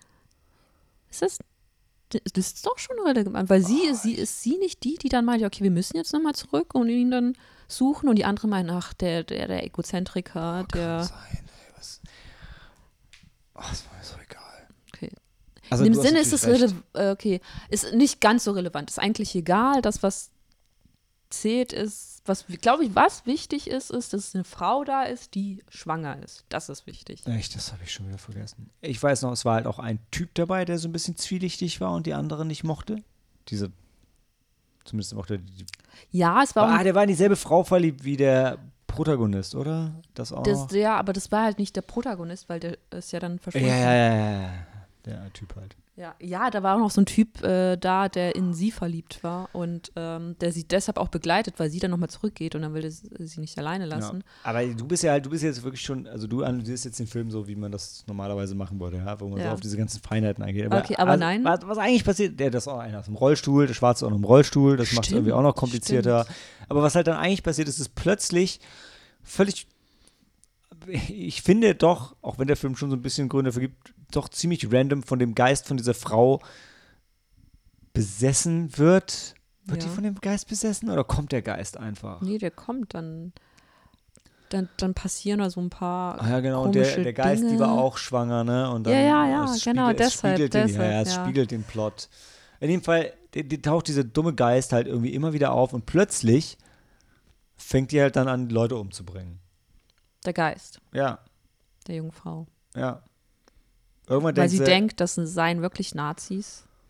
Das ist doch schon relevant, weil ist sie nicht die dann meint, okay, wir müssen jetzt nochmal zurück und ihn dann suchen und die andere meint, ach, der Egozentriker, der. Kann sein, ey, was. Das war mir so egal. Okay. Also, in dem Sinne ist es ist nicht ganz so relevant. Ist eigentlich egal. Das, was zählt, ist, was wichtig ist, dass eine Frau da ist, die schwanger ist. Das ist wichtig. Echt, das habe ich schon wieder vergessen. Ich weiß noch, es war halt auch ein Typ dabei, der so ein bisschen zwielichtig war und die andere nicht mochte. Zumindest mochte die. Ja, es war der war in dieselbe Frau verliebt wie der Protagonist, oder? Das auch noch? Ja, aber das war halt nicht der Protagonist, weil der ist ja dann verschwunden. Ja. Der Typ halt. Ja, da war auch noch so ein Typ da, der in sie verliebt war und der sie deshalb auch begleitet, weil sie dann nochmal zurückgeht und dann will er sie nicht alleine lassen. Ja. Aber du bist jetzt wirklich schon, also du analysierst jetzt den Film so, wie man das normalerweise machen würde, ja? Wo man so auf diese ganzen Feinheiten eingeht. Aber nein. Was eigentlich passiert, das ist auch einer aus dem Rollstuhl, der Schwarze auch noch im Rollstuhl, das macht es irgendwie auch noch komplizierter. Stimmt. Aber was halt dann eigentlich passiert ist, ist plötzlich völlig, ich finde doch, auch wenn der Film schon so ein bisschen Gründe dafür gibt, doch ziemlich random von dem Geist von dieser Frau besessen wird. Wird die von dem Geist besessen oder kommt der Geist einfach? Nee, der kommt dann. Dann passieren da so ein paar genau, und der Geist, Dinge. Die war auch schwanger, ne? Und dann, genau, deshalb. Es spiegelt den Plot. In dem Fall, taucht dieser dumme Geist halt irgendwie immer wieder auf und plötzlich fängt die halt dann an, Leute umzubringen. Der Geist. Ja. Der jungen Frau. Ja. Irgendwann weil sie denkt, das seien wirklich Nazis.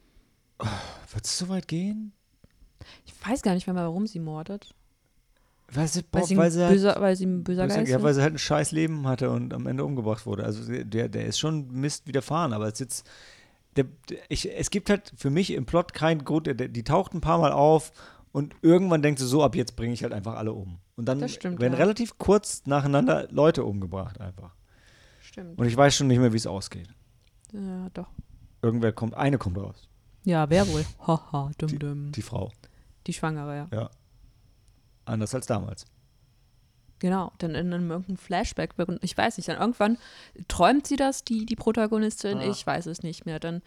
Wird es so weit gehen? Ich weiß gar nicht mehr, warum sie mordet. Weil sie Weil sie ein böser Geist ja, weil ist. sie halt ein scheiß Leben hatte und am Ende umgebracht wurde. Also der ist schon Mist widerfahren, aber es ist jetzt, es gibt halt für mich im Plot keinen Grund, die taucht ein paar Mal auf und irgendwann denkt sie so, ab jetzt bringe ich halt einfach alle um. Und dann Das stimmt, werden ja. relativ kurz nacheinander Leute umgebracht einfach. Stimmt. Und ich weiß schon nicht mehr, wie es ausgeht. Ja, doch. Eine kommt raus. Ja, wer wohl? Haha, dumm. Die Frau. Die Schwangere, ja. Ja. Anders als damals. Genau, dann in einem irgendeinem Flashback, ich weiß nicht, dann irgendwann träumt sie das, die Protagonistin, ich weiß es nicht mehr. Dann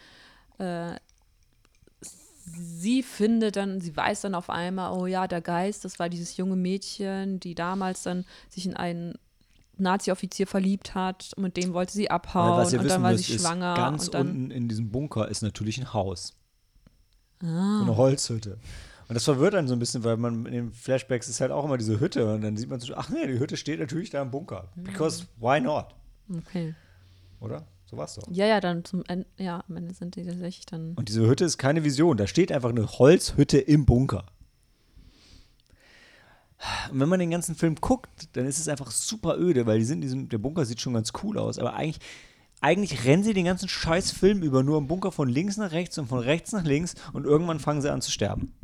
sie weiß dann auf einmal, oh ja, der Geist, das war dieses junge Mädchen, die damals dann sich in einen Nazi-Offizier verliebt hat und mit dem wollte sie abhauen Was ihr und wissen dann war müsst, sie ist, schwanger. ganz und dann, unten in diesem Bunker ist natürlich ein Haus. So eine Holzhütte. Und das verwirrt einen so ein bisschen, weil man in den Flashbacks ist halt auch immer diese Hütte und dann sieht man so, ach nee, die Hütte steht natürlich da im Bunker. Because why not? Okay. Oder? So war's doch. Ja, dann am Ende sind die tatsächlich dann. Und diese Hütte ist keine Vision, da steht einfach eine Holzhütte im Bunker. Und wenn man den ganzen Film guckt, dann ist es einfach super öde, weil der Bunker sieht schon ganz cool aus, aber eigentlich rennen sie den ganzen scheiß Film über nur im Bunker von links nach rechts und von rechts nach links und irgendwann fangen sie an zu sterben.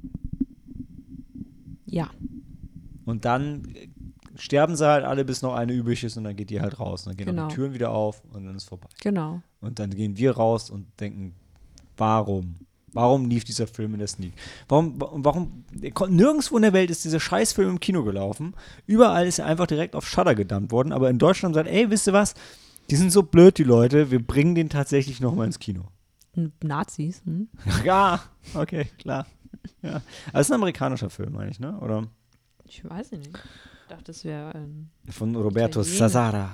Ja. Und dann sterben sie halt alle, bis noch eine übrig ist und dann geht die halt raus. Und dann gehen auch die Türen wieder auf und dann ist vorbei. Genau. Und dann gehen wir raus und denken, warum? Warum lief dieser Film in der Sneak? Nirgendwo in der Welt ist dieser Scheißfilm im Kino gelaufen. Überall ist er einfach direkt auf Shudder gedumpt worden. Aber in Deutschland sagt, ey, wisst ihr was? Die sind so blöd, die Leute. Wir bringen den tatsächlich nochmal ins Kino. Nazis? Hm? Ja, okay, klar. Ja. Aber es ist ein amerikanischer Film, meine ich, ne? Oder? Ich weiß nicht. Ich dachte, das wäre von Roberto Sazara.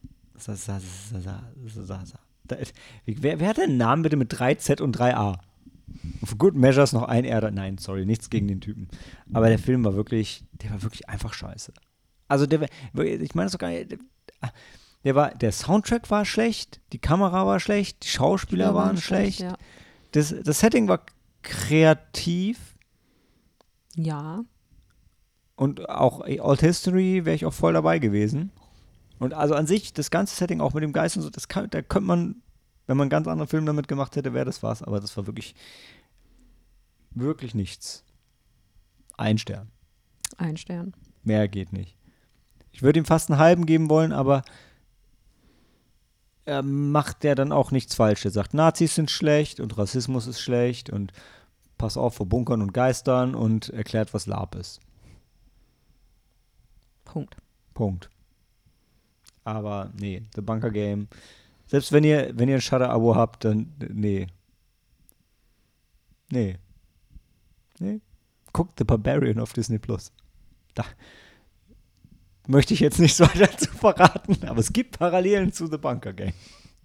Wer hat denn einen Namen bitte mit 3Z und 3A? For Good Measures noch ein R. Nein, sorry, nichts gegen den Typen. Aber der Film war wirklich einfach scheiße. Also ich meine das doch gar nicht. Der Soundtrack war schlecht, die Kamera war schlecht, die Schauspieler waren schlecht. Ja. Das Setting war kreativ. Ja. Und auch Old History wäre ich auch voll dabei gewesen. Und also an sich, das ganze Setting, auch mit dem Geist und so, da könnte man, wenn man einen ganz anderen Film damit gemacht hätte, wäre das was. Aber das war wirklich, wirklich nichts. 1 Stern. 1 Stern. Mehr geht nicht. Ich würde ihm fast einen halben geben wollen, aber macht der dann auch nichts falsch. Er sagt, Nazis sind schlecht und Rassismus ist schlecht und pass auf vor Bunkern und Geistern und erklärt, was LARP ist. Punkt. Aber nee, The Bunker Game. Selbst wenn ihr ein Shudder-Abo habt, dann nee. Guckt The Barbarian auf Disney Plus. Da möchte ich jetzt nicht so weiter zu verraten, aber es gibt Parallelen zu The Bunker Game.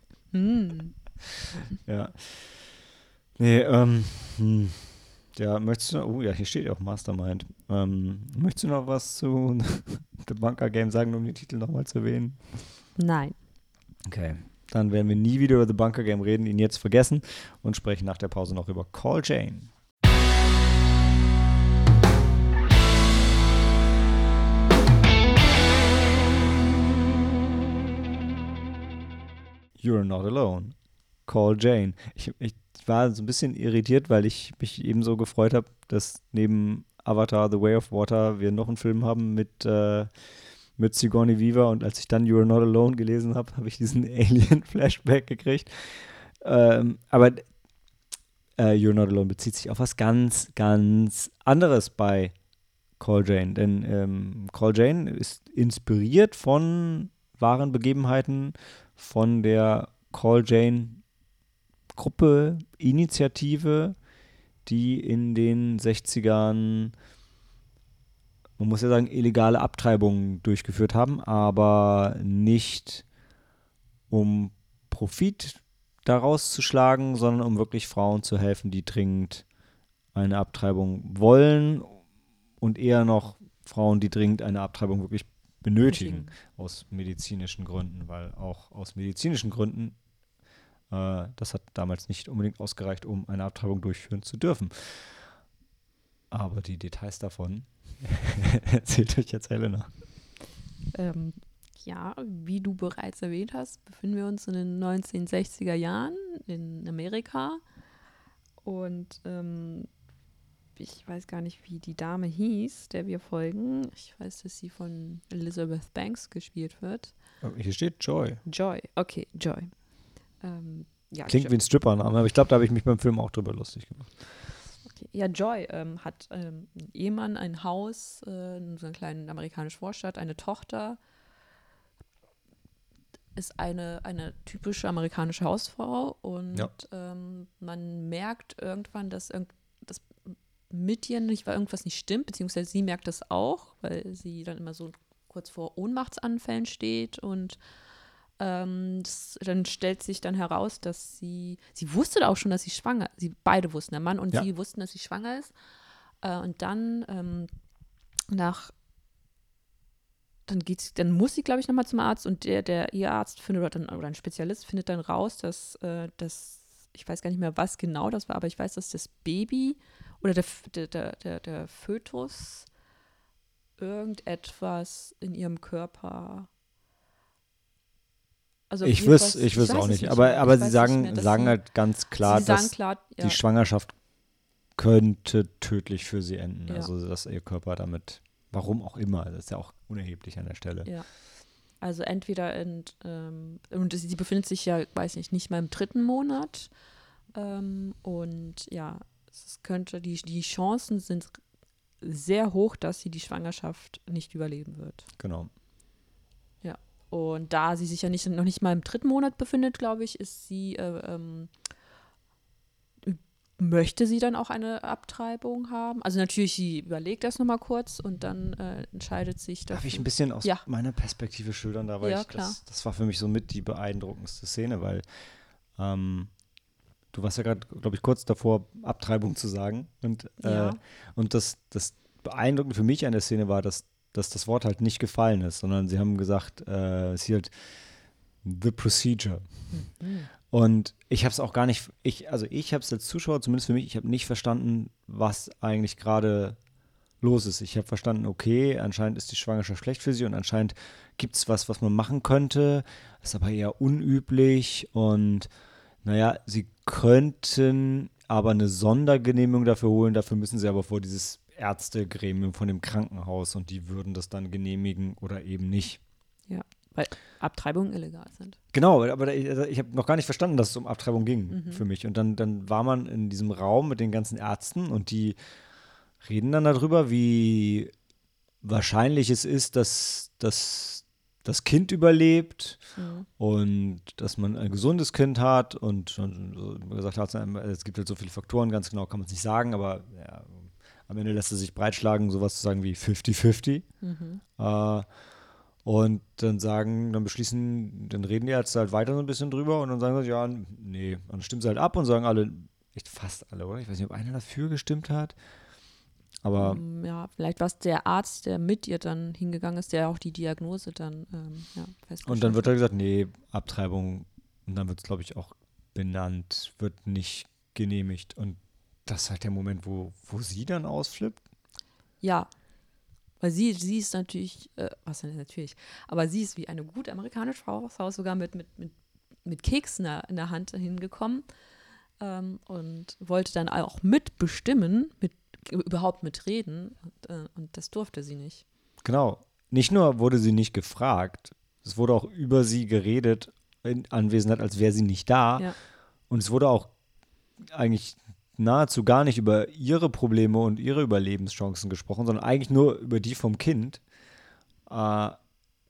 Ja. Nee, ja, möchtest du noch, oh ja, hier steht ja auch Mastermind. Möchtest du noch was zu The Bunker Game sagen, um den Titel nochmal zu erwähnen? Nein. Okay, dann werden wir nie wieder über The Bunker Game reden, ihn jetzt vergessen und sprechen nach der Pause noch über Call Jane. You're not alone. Call Jane. Ich war so ein bisschen irritiert, weil ich mich eben so gefreut habe, dass neben Avatar The Way of Water wir noch einen Film haben mit Sigourney Weaver und als ich dann You're Not Alone gelesen habe, habe ich diesen Alien-Flashback gekriegt. Aber You're Not Alone bezieht sich auf was ganz, ganz anderes bei Call Jane. Denn Call Jane ist inspiriert von wahren Begebenheiten von der Call Jane Gruppe, Initiative, die in den 60ern, man muss ja sagen, illegale Abtreibungen durchgeführt haben, aber nicht um Profit daraus zu schlagen, sondern um wirklich Frauen zu helfen, die dringend eine Abtreibung wollen und eher noch Frauen, die dringend eine Abtreibung wirklich benötigen, aus medizinischen Gründen, weil auch aus medizinischen Gründen Das hat damals nicht unbedingt ausgereicht, um eine Abtreibung durchführen zu dürfen. Aber die Details davon erzählt euch jetzt Helena. Ja, wie du bereits erwähnt hast, befinden wir uns in den 1960er Jahren in Amerika. Und ich weiß gar nicht, wie die Dame hieß, der wir folgen. Ich weiß, dass sie von Elizabeth Banks gespielt wird. Oh, hier steht Joy. Joy, okay, Joy. Ja, Klingt wie ein Strippername, aber ich glaube, da habe ich mich beim Film auch drüber lustig gemacht. Okay. Ja, Joy hat einen Ehemann, ein Haus in so einer kleinen amerikanischen Vorstadt, eine Tochter, ist eine typische amerikanische Hausfrau und man merkt irgendwann, dass das mit ihr irgendwas nicht stimmt, beziehungsweise sie merkt das auch, weil sie dann immer so kurz vor Ohnmachtsanfällen steht und dann stellt sich dann heraus, dass sie wusste auch schon, dass sie schwanger ist. Beide wussten, der Mann und sie wussten, dass sie schwanger ist. Und dann dann muss sie, glaube ich, nochmal zum Arzt und ihr Arzt findet oder ein Spezialist findet dann raus, dass ich weiß gar nicht mehr, was genau das war, aber ich weiß, dass das Baby oder der Fötus irgendetwas in ihrem Körper. Also ich wüsste auch nicht, aber sie sagen halt ganz klar, dass die Schwangerschaft könnte tödlich für sie enden. Ja. Also dass ihr Körper damit, warum auch immer, das ist ja auch unerheblich an der Stelle. Ja. Also entweder und sie befindet sich ja, weiß nicht mal im 3. Monat. Und ja, es könnte, die Chancen sind sehr hoch, dass sie die Schwangerschaft nicht überleben wird. Genau. Ja. Und da sie sich ja noch nicht mal im 3. Monat befindet, glaube ich, ist sie möchte sie dann auch eine Abtreibung haben? Also natürlich, sie überlegt das nochmal kurz und dann entscheidet sich dafür. Darf ich ein bisschen aus meiner Perspektive schildern? Da war das war für mich so mit die beeindruckendste Szene, weil du warst ja gerade, glaube ich, kurz davor, Abtreibung zu sagen. Und das Beeindruckende für mich an der Szene war, dass das Wort halt nicht gefallen ist, sondern sie haben gesagt, es hielt the procedure. Mhm. Und ich habe es auch gar nicht, ich habe es als Zuschauer, zumindest für mich, ich habe nicht verstanden, was eigentlich gerade los ist. Ich habe verstanden, okay, anscheinend ist die Schwangerschaft schlecht für sie und anscheinend gibt es was man machen könnte, ist aber eher unüblich und naja, sie könnten aber eine Sondergenehmigung dafür holen, dafür müssen sie aber vor dieses Ärztegremium von dem Krankenhaus und die würden das dann genehmigen oder eben nicht. Ja, weil Abtreibungen illegal sind. Genau, aber ich habe noch gar nicht verstanden, dass es um Abtreibung ging für mich. Und dann war man in diesem Raum mit den ganzen Ärzten und die reden dann darüber, wie wahrscheinlich es ist, dass das Kind überlebt und dass man ein gesundes Kind hat und schon gesagt hat, es gibt halt so viele Faktoren, ganz genau kann man es nicht sagen, aber ja, am Ende lässt es sich breitschlagen, sowas zu sagen wie 50-50. Und dann reden die Ärzte halt weiter so ein bisschen drüber und dann sagen sie, ja, nee. Und dann stimmen sie halt ab und sagen alle, echt fast alle, oder? Ich weiß nicht, ob einer dafür gestimmt hat. Aber ja, vielleicht war es der Arzt, der mit ihr dann hingegangen ist, der auch die Diagnose dann festgestellt hat. Und dann wird halt gesagt, nee, Abtreibung, und dann wird es, glaube ich, auch benannt, wird nicht genehmigt. Und das ist halt der Moment, wo sie dann ausflippt. Ja, weil sie ist natürlich, was denn natürlich, aber sie ist wie eine gute amerikanische Frau, sogar mit Keksen in der Hand hingekommen und wollte dann auch mitbestimmen, überhaupt mitreden und das durfte sie nicht. Genau. Nicht nur wurde sie nicht gefragt, es wurde auch über sie geredet in Anwesenheit, als wäre sie nicht da. Ja. Und es wurde auch eigentlich nahezu gar nicht über ihre Probleme und ihre Überlebenschancen gesprochen, sondern eigentlich nur über die vom Kind. Das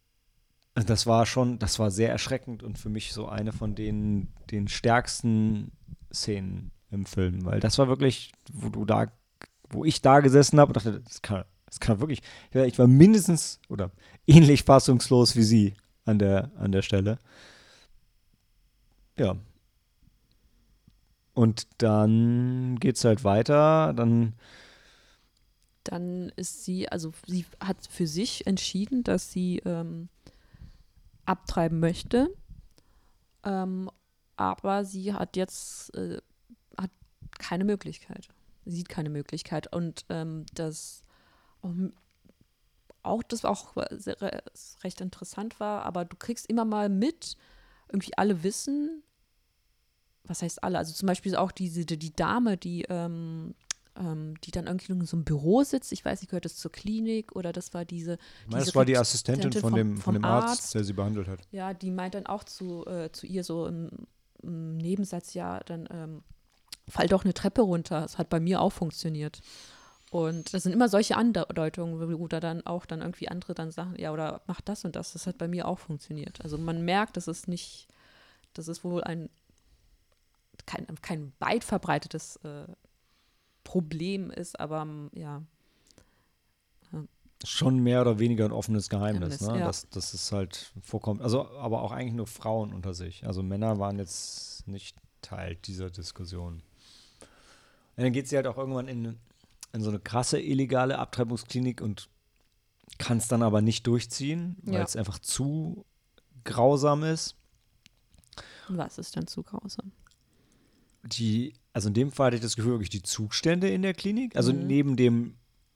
war sehr erschreckend und für mich so eine von den stärksten Szenen im Film, weil das war wirklich, wo ich da gesessen habe und dachte, das kann wirklich, ich war mindestens oder ähnlich fassungslos wie sie an der Stelle. Ja. Und dann geht's halt weiter, dann ist sie hat für sich entschieden, dass sie abtreiben möchte aber sie hat jetzt hat keine Möglichkeit. Sieht keine Möglichkeit. Und das das auch recht interessant war, aber du kriegst immer mal mit, irgendwie alle wissen, was heißt alle? Also zum Beispiel auch die Dame, die dann irgendwie in so einem Büro sitzt. Ich weiß nicht, gehört das zur Klinik oder das war diese Das war die Assistentin von dem vom Arzt, der sie behandelt hat. Ja, die meint dann auch zu ihr so im Nebensatz, ja, dann fall doch eine Treppe runter. Das hat bei mir auch funktioniert. Und das sind immer solche Andeutungen, wo da dann auch dann irgendwie andere dann sagen, ja, oder mach das und das. Das hat bei mir auch funktioniert. Also man merkt, dass es wohl kein weit verbreitetes Problem ist, aber ja. Schon mehr oder weniger ein offenes Geheimnis, ne? Ja. Dass es halt vorkommt. Also, aber auch eigentlich nur Frauen unter sich. Also Männer waren jetzt nicht Teil dieser Diskussion. Und dann geht sie halt auch irgendwann in so eine krasse illegale Abtreibungsklinik und kann es dann aber nicht durchziehen, weil es einfach zu grausam ist. Und was ist denn zu grausam? Also in dem Fall hatte ich das Gefühl, wirklich die Zustände in der Klinik, also neben dem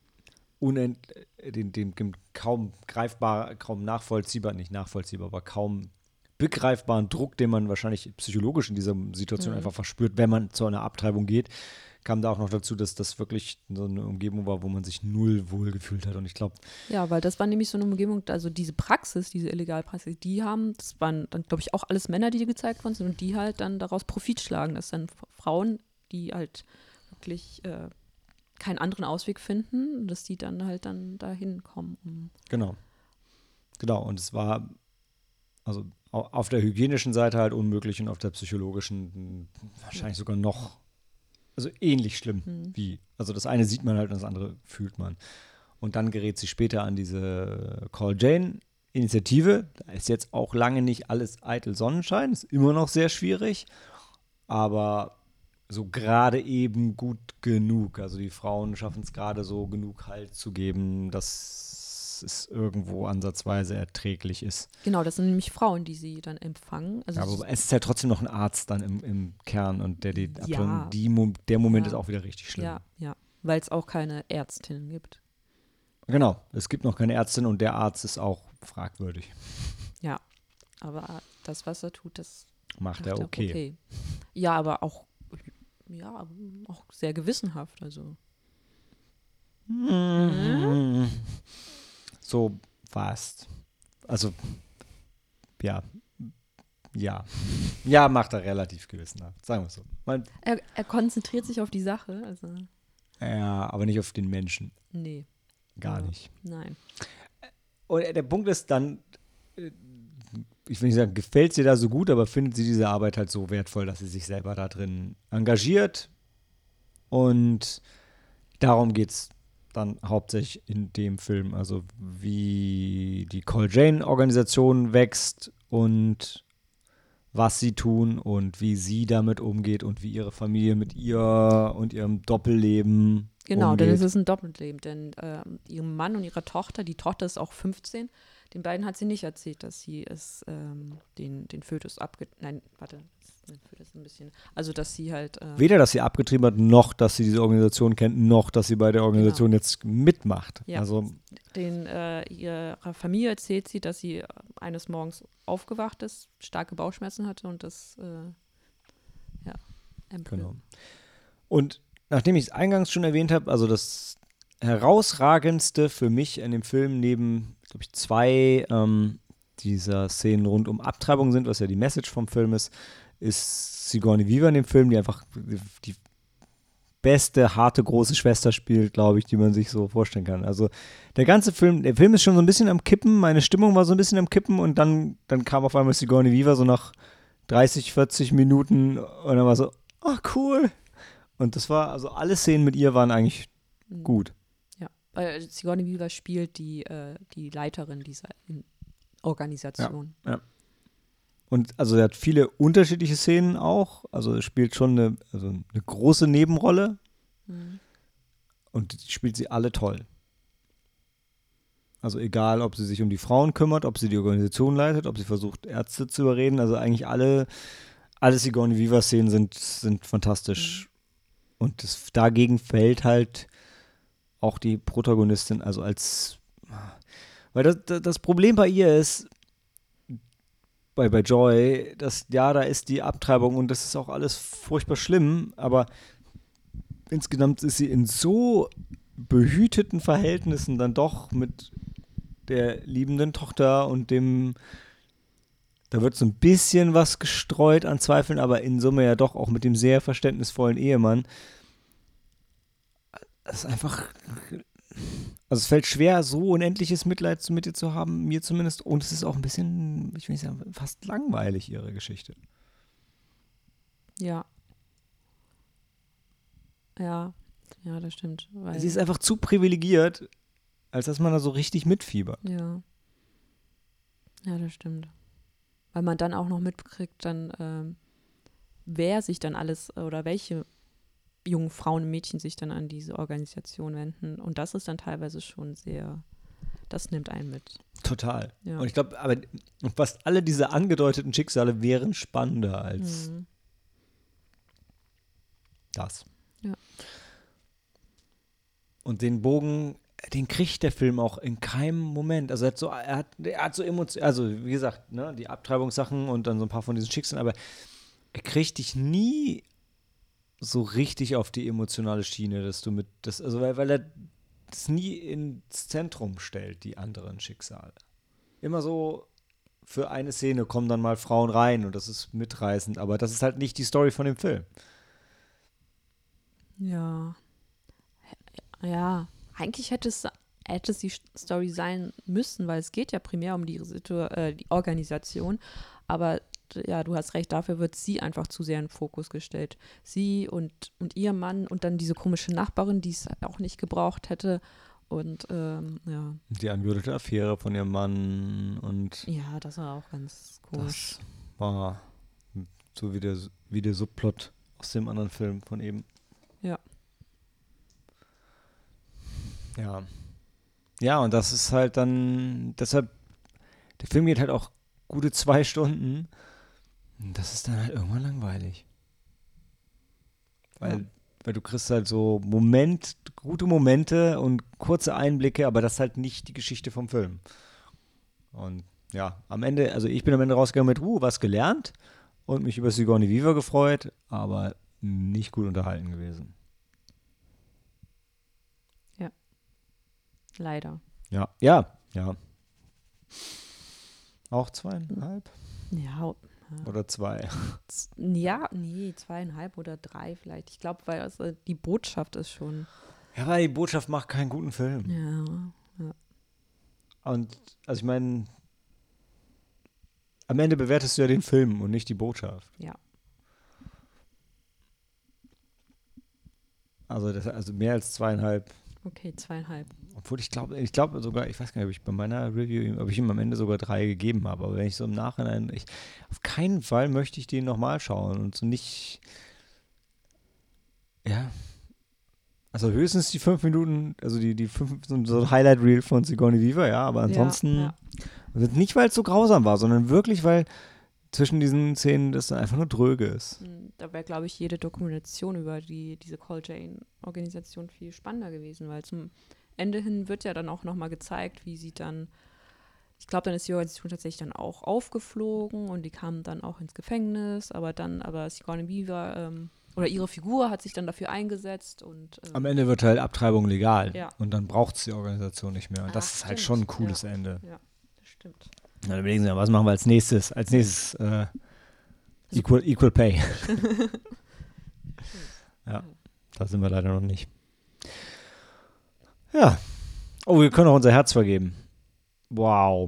dem kaum greifbar, kaum nachvollziehbar, nicht nachvollziehbar, aber kaum begreifbaren Druck, den man wahrscheinlich psychologisch in dieser Situation einfach verspürt, wenn man zu einer Abtreibung geht, kam da auch noch dazu, dass das wirklich so eine Umgebung war, wo man sich null wohlgefühlt hat. Und ich glaube. Ja, weil das war nämlich so eine Umgebung, also diese Praxis, diese Illegalpraxis, das waren dann, glaube ich, auch alles Männer, die gezeigt worden sind und die halt dann daraus Profit schlagen. Das sind Frauen, die halt wirklich keinen anderen Ausweg finden, dass die dann halt dann dahin kommen. Genau. Und es war also auf der hygienischen Seite halt unmöglich und auf der psychologischen wahrscheinlich sogar noch, also ähnlich schlimm wie. Also das eine sieht man halt und das andere fühlt man. Und dann gerät sie später an diese Call Jane-Initiative. Da ist jetzt auch lange nicht alles eitel Sonnenschein, ist immer noch sehr schwierig, aber so gerade eben gut genug. Also die Frauen schaffen es gerade so genug Halt zu geben, dass es irgendwo ansatzweise erträglich ist. Genau, das sind nämlich Frauen, die sie dann empfangen. Also aber es ist ja trotzdem noch ein Arzt dann im Kern und der der Moment ist auch wieder richtig schlimm. Ja, weil es auch keine Ärztinnen gibt. Genau, es gibt noch keine Ärztin und der Arzt ist auch fragwürdig. Ja, aber das, was er tut, das macht er okay. Ja, aber auch sehr gewissenhaft, also. So fast. Also, ja. Ja, macht er relativ gewissenhaft, sagen wir es so. Er konzentriert sich auf die Sache, also. Ja, aber nicht auf den Menschen. Nee. Gar nicht. Nein. Und der Punkt ist dann, ich will nicht sagen, gefällt sie da so gut, aber findet sie diese Arbeit halt so wertvoll, dass sie sich selber da drin engagiert. Und darum geht es dann hauptsächlich in dem Film. Also wie die Call Jane-Organisation wächst und was sie tun und wie sie damit umgeht und wie ihre Familie mit ihr und ihrem Doppelleben Genau, umgeht. denn es ist ein Doppelleben. Denn ihrem Mann und ihrer Tochter, die Tochter ist auch 15, den beiden hat sie nicht erzählt, dass sie den Fötus also dass sie halt weder, dass sie abgetrieben hat, noch, dass sie diese Organisation kennt, noch, dass sie bei der Organisation jetzt mitmacht. Ja. Also ihrer Familie erzählt sie, dass sie eines Morgens aufgewacht ist, starke Bauchschmerzen hatte und das genau. Und nachdem ich es eingangs schon erwähnt habe, also das herausragendste für mich in dem Film neben, glaube ich, 2 dieser Szenen rund um Abtreibung sind, was ja die Message vom Film ist Sigourney Weaver in dem Film, die einfach die beste, harte, große Schwester spielt, glaube ich, die man sich so vorstellen kann. Also der Film ist schon so ein bisschen am Kippen, meine Stimmung war so ein bisschen am Kippen und dann kam auf einmal Sigourney Weaver so nach 30, 40 Minuten und dann war so, oh cool. Und das war, also alle Szenen mit ihr waren eigentlich gut. Ja, weil Sigourney Weaver spielt die Leiterin dieser Organisation. Ja. Und also er hat viele unterschiedliche Szenen auch. Also er spielt schon eine große Nebenrolle. Und die spielt sie alle toll. Also egal, ob sie sich um die Frauen kümmert, ob sie die Organisation leitet, ob sie versucht, Ärzte zu überreden. Also eigentlich alle alle Sigourney Weaver-Szenen sind fantastisch. Und dagegen fällt halt auch die Protagonistin, also weil das Problem bei ihr ist, bei Joy, dass, ja, da ist die Abtreibung und das ist auch alles furchtbar schlimm, aber insgesamt ist sie in so behüteten Verhältnissen dann doch mit der liebenden Tochter und da wird so ein bisschen was gestreut an Zweifeln, aber in Summe ja doch auch mit dem sehr verständnisvollen Ehemann. Das ist einfach, also es fällt schwer, so unendliches Mitleid mit ihr zu haben, mir zumindest. Und es ist auch ein bisschen, ich will nicht sagen, fast langweilig, ihre Geschichte. Ja. Ja, das stimmt. Weil, Sie ist einfach zu privilegiert, als dass man da so richtig mitfiebert. ja, das stimmt. Weil man dann auch noch mitkriegt, dann, wer sich dann alles oder welche jungen Frauen und Mädchen sich dann an diese Organisation wenden. Und das ist dann teilweise schon sehr, das nimmt einen mit. Total. Ja. Und ich glaube, aber fast alle diese angedeuteten Schicksale wären spannender als das. Ja. Und den Bogen, den kriegt der Film auch in keinem Moment. Also er hat so Emotionen, also wie gesagt, ne, die Abtreibungssachen und dann so ein paar von diesen Schicksalen, aber er kriegt dich nie so richtig auf die emotionale Schiene, dass du also weil er das nie ins Zentrum stellt, die anderen Schicksale. Immer so, für eine Szene kommen dann mal Frauen rein und das ist mitreißend, aber das ist halt nicht die Story von dem Film. Ja. Ja, eigentlich hätte es die Story sein müssen, weil es geht ja primär um die Organisation. Aber ja, du hast recht, dafür wird sie einfach zu sehr in den Fokus gestellt. Sie und ihr Mann und dann diese komische Nachbarin, die es auch nicht gebraucht hätte. Und ja. Die angebotene Affäre von ihrem Mann und Ja, das war auch ganz komisch. das war so wie der Subplot aus dem anderen Film von eben. Ja. Ja. Ja, und das ist halt dann, deshalb, der Film geht halt auch gute 2 Stunden. Und das ist dann halt irgendwann langweilig. Weil du kriegst halt so gute Momente und kurze Einblicke, aber das ist halt nicht die Geschichte vom Film. Und ja, am Ende, also ich bin am Ende rausgegangen mit, was gelernt und mich über Sigourney Weaver gefreut, aber nicht gut unterhalten gewesen. Leider. Ja. Auch 2,5? Ja. Oder 2? Ja, nee, 2,5 oder 3 vielleicht. Ich glaube, weil die Botschaft ist schon. Ja, weil die Botschaft macht keinen guten Film. Ja. Und, also ich meine, am Ende bewertest du ja den Film und nicht die Botschaft. Ja. Also mehr als 2,5. Okay, 2,5. Obwohl ich glaube sogar, ich weiß gar nicht, ob ich bei meiner Review, ob ich ihm am Ende sogar 3 gegeben habe. Aber wenn ich so im Nachhinein, auf keinen Fall möchte ich den nochmal schauen und so nicht, ja, also höchstens die 5 Minuten, also die 5, so ein Highlight-Reel von Sigourney Weaver, ja, aber ansonsten, also nicht weil es so grausam war, sondern wirklich, weil zwischen diesen Szenen das einfach nur dröge ist. Da wäre, glaube ich, jede Dokumentation über diese Call Jane-Organisation viel spannender gewesen, weil zum Ende hin wird ja dann auch nochmal gezeigt, wie sie dann, ich glaube, dann ist die Organisation tatsächlich dann auch aufgeflogen und die kamen dann auch ins Gefängnis, aber Sigourney Weaver oder ihre Figur hat sich dann dafür eingesetzt und Am Ende wird halt Abtreibung legal und dann braucht es die Organisation nicht mehr und das ist halt schon ein cooles Ende. Ja, das stimmt. Dann überlegen sie mal, was machen wir als nächstes? Als nächstes Equal Pay. Ja, da sind wir leider noch nicht. Ja. Oh, wir können auch unser Herz vergeben. Wow.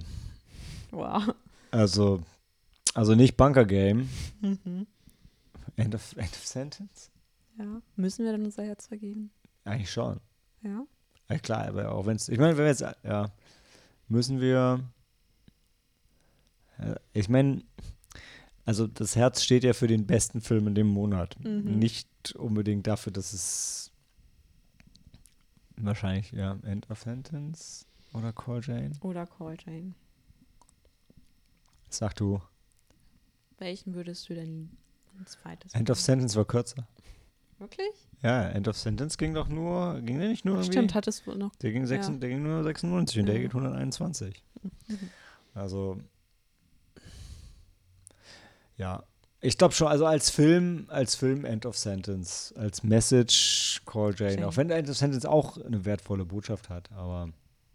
Also nicht Bunker Game. End of Sentence? Ja. Müssen wir dann unser Herz vergeben? Eigentlich schon. Ja. Ja, klar, aber auch wenn wir jetzt, müssen wir, ich meine, also das Herz steht ja für den besten Film in dem Monat. Nicht unbedingt dafür, dass es wahrscheinlich, End of Sentence oder Call Jane. Sag du. Welchen würdest du denn Ein zweites. End of Sentence war kürzer. Wirklich? Ja, End of Sentence ging der nicht nur irgendwie? Stimmt, hattest du noch. Der ging nur 96 und der geht 121. Mhm. Also, ja. Ich glaube schon, also als Film End of Sentence, als Message Call Jane, auch wenn End of Sentence auch eine wertvolle Botschaft hat, aber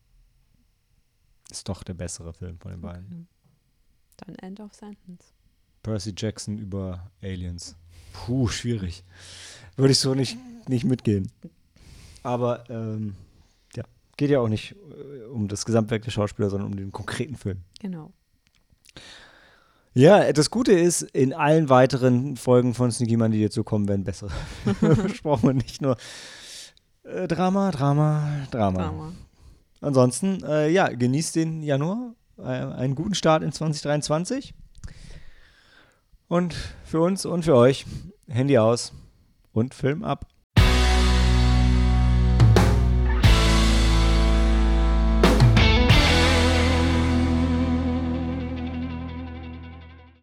ist doch der bessere Film von den beiden. Okay. Dann End of Sentence. Percy Jackson über Aliens. Puh, schwierig. Würde ich so nicht mitgehen. Aber, ja, geht ja auch nicht um das Gesamtwerk der Schauspieler, sondern um den konkreten Film. Genau. Ja, das Gute ist, in allen weiteren Folgen von Sneaky Man, die jetzt so kommen, werden bessere besprochen und nicht nur Drama. Ansonsten, ja, genießt den Januar, einen guten Start in 2023 und für uns und für euch, Handy aus und Film ab.